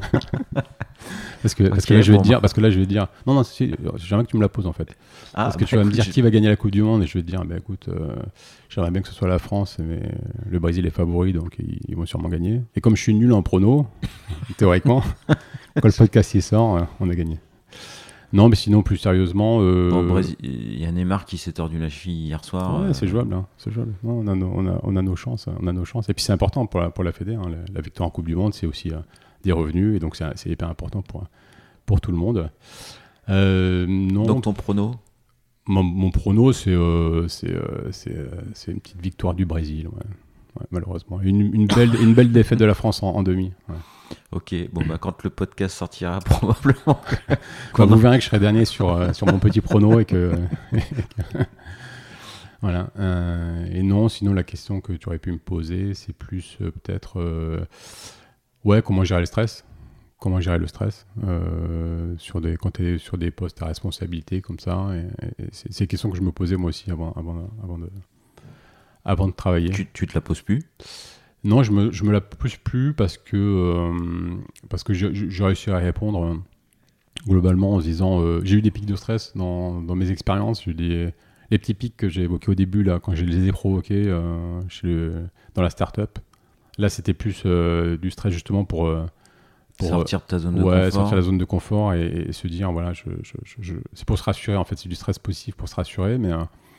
Parce que, parce, okay, que là, je vais bon, te dire, parce que là, je vais te dire... Non, non, si, j'aimerais que tu me la poses, en fait. Ah, parce que bah, tu vas écoute, me dire je... qui va gagner la Coupe du Monde, et je vais te dire, bah, écoute, euh, j'aimerais bien que ce soit la France, mais le Brésil est favori, donc ils, ils vont sûrement gagner. Et comme je suis nul en prono, théoriquement, quand le podcast y sort, on a gagné. Non, mais sinon, plus sérieusement... Euh... Bon, Brésil, il y a Neymar qui s'est tordu la cheville hier soir. Ouais, euh... c'est jouable, hein, c'est jouable. Non, on, a nos, on, a, on a nos chances, on a nos chances. Et puis c'est important pour la, pour la Fédé, hein, la, la victoire en Coupe du Monde, c'est aussi... Euh, des revenus, et donc c'est, c'est hyper important pour, pour tout le monde. Euh, non, donc ton prono? Mon, mon prono, c'est, euh, c'est, euh, c'est, euh, c'est une petite victoire du Brésil, ouais. Ouais, malheureusement. Une, une, belle, une belle défaite de la France en, en demi. Ouais. Ok, bon bah quand le podcast sortira, probablement. Quand vous verrez que je serai dernier sur, euh, sur mon petit prono et que... et que voilà. Euh, et non, sinon la question que tu aurais pu me poser, c'est plus euh, peut-être... Euh, Ouais, comment gérer le stress? Comment gérer le stress euh, sur des, quand tu es sur des postes à responsabilité comme ça et, et c'est, c'est des questions que je me posais moi aussi avant, avant, avant, de, avant de travailler. Tu, tu te la poses plus? Non, je me, je me la pose plus parce que, euh, parce que j'ai, j'ai réussi à y répondre euh, globalement en se disant euh, j'ai eu des pics de stress dans, dans mes expériences. J'ai eu des, les petits pics que j'ai évoqués au début, là, quand je les ai provoqués euh, chez le, dans la start-up. Là, c'était plus euh, du stress justement pour, euh, pour sortir de ta zone de ouais, confort. sortir de la zone de confort et, et se dire voilà, je, je, je, je... c'est pour se rassurer en fait, c'est du stress positif pour se rassurer, mais euh,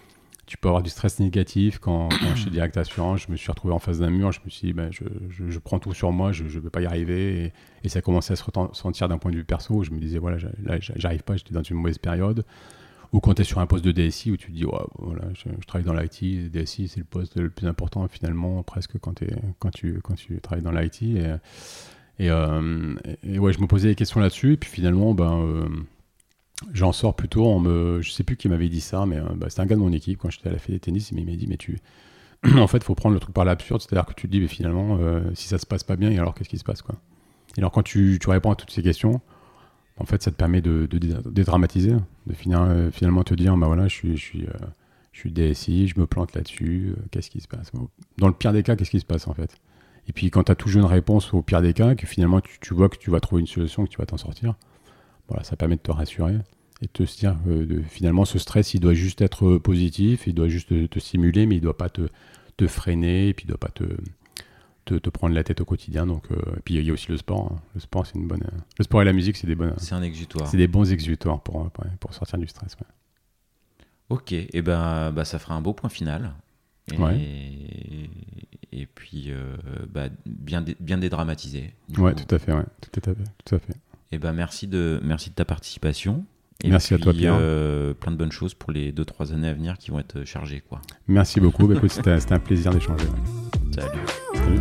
tu peux avoir du stress négatif. Quand, quand j'étais direct assurance, je me suis retrouvé en face d'un mur. Je me suis dit, ben, je, je, je prends tout sur moi, je ne vais pas y arriver. Et, et ça commençait à se ressentir d'un point de vue perso. Je me disais, voilà, là, j'arrive pas, j'étais dans une mauvaise période. Ou quand tu es sur un poste de D S I où tu te dis, ouais, voilà, je, je travaille dans l'I T, D S I, c'est le poste le plus important finalement, presque quand, quand, tu, quand tu travailles dans l'I T. Et, et, euh, et ouais, je me posais des questions là-dessus. Et puis finalement, ben. Euh, J'en sors plutôt en me... Je sais plus qui m'avait dit ça, mais euh, bah, c'était un gars de mon équipe quand j'étais à la Fédé Tennis. Il m'a dit, mais tu... en fait, il faut prendre le truc par l'absurde. C'est-à-dire que tu te dis, mais finalement, euh, si ça se passe pas bien, et alors qu'est-ce qui se passe, quoi. Et alors, quand tu, tu réponds à toutes ces questions, en fait, ça te permet de, de, de dédramatiser, de finir, euh, finalement te dire, bah voilà, je suis, je suis, euh, je suis D S I, je me plante là-dessus, euh, qu'est-ce qui se passe? Dans le pire des cas, qu'est-ce qui se passe, en fait? Et puis, quand tu as toujours une réponse au pire des cas, que finalement, tu, tu vois que tu vas trouver une solution, que tu vas t'en sortir, voilà, ça permet de te rassurer. Et de se dire que de, finalement ce stress il doit juste être positif, il doit juste te, te stimuler, mais il ne doit pas te, te freiner, et puis il ne doit pas te, te, te prendre la tête au quotidien. Donc, euh, et puis il y a aussi le sport. Hein. Le sport, c'est une bonne. Le sport et la musique, c'est des bonnes. C'est un exutoire. C'est des bons exutoires pour, pour, pour sortir du stress. Ouais. Ok, et ben bah, ça fera un beau point final. Et, ouais. et puis euh, bah, bien, dé, bien dédramatisé. Ouais, tout à fait, ouais. Tout à fait, tout à fait. Et ben merci de merci de ta participation. Et merci puis, à toi, Pierre. Euh, plein de bonnes choses pour les deux trois années à venir qui vont être chargées, quoi. Merci beaucoup. Bah, écoute, c'était, c'était un plaisir d'échanger. Ouais. Salut. Salut.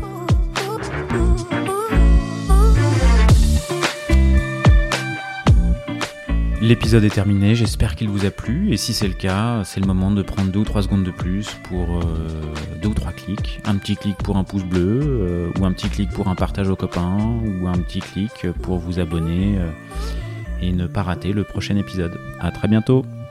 L'épisode est terminé, j'espère qu'il vous a plu, et si c'est le cas, c'est le moment de prendre deux ou trois secondes de plus pour euh, deux ou trois clics. Un petit clic pour un pouce bleu, euh, ou un petit clic pour un partage aux copains, ou un petit clic pour vous abonner euh, et ne pas rater le prochain épisode. À très bientôt.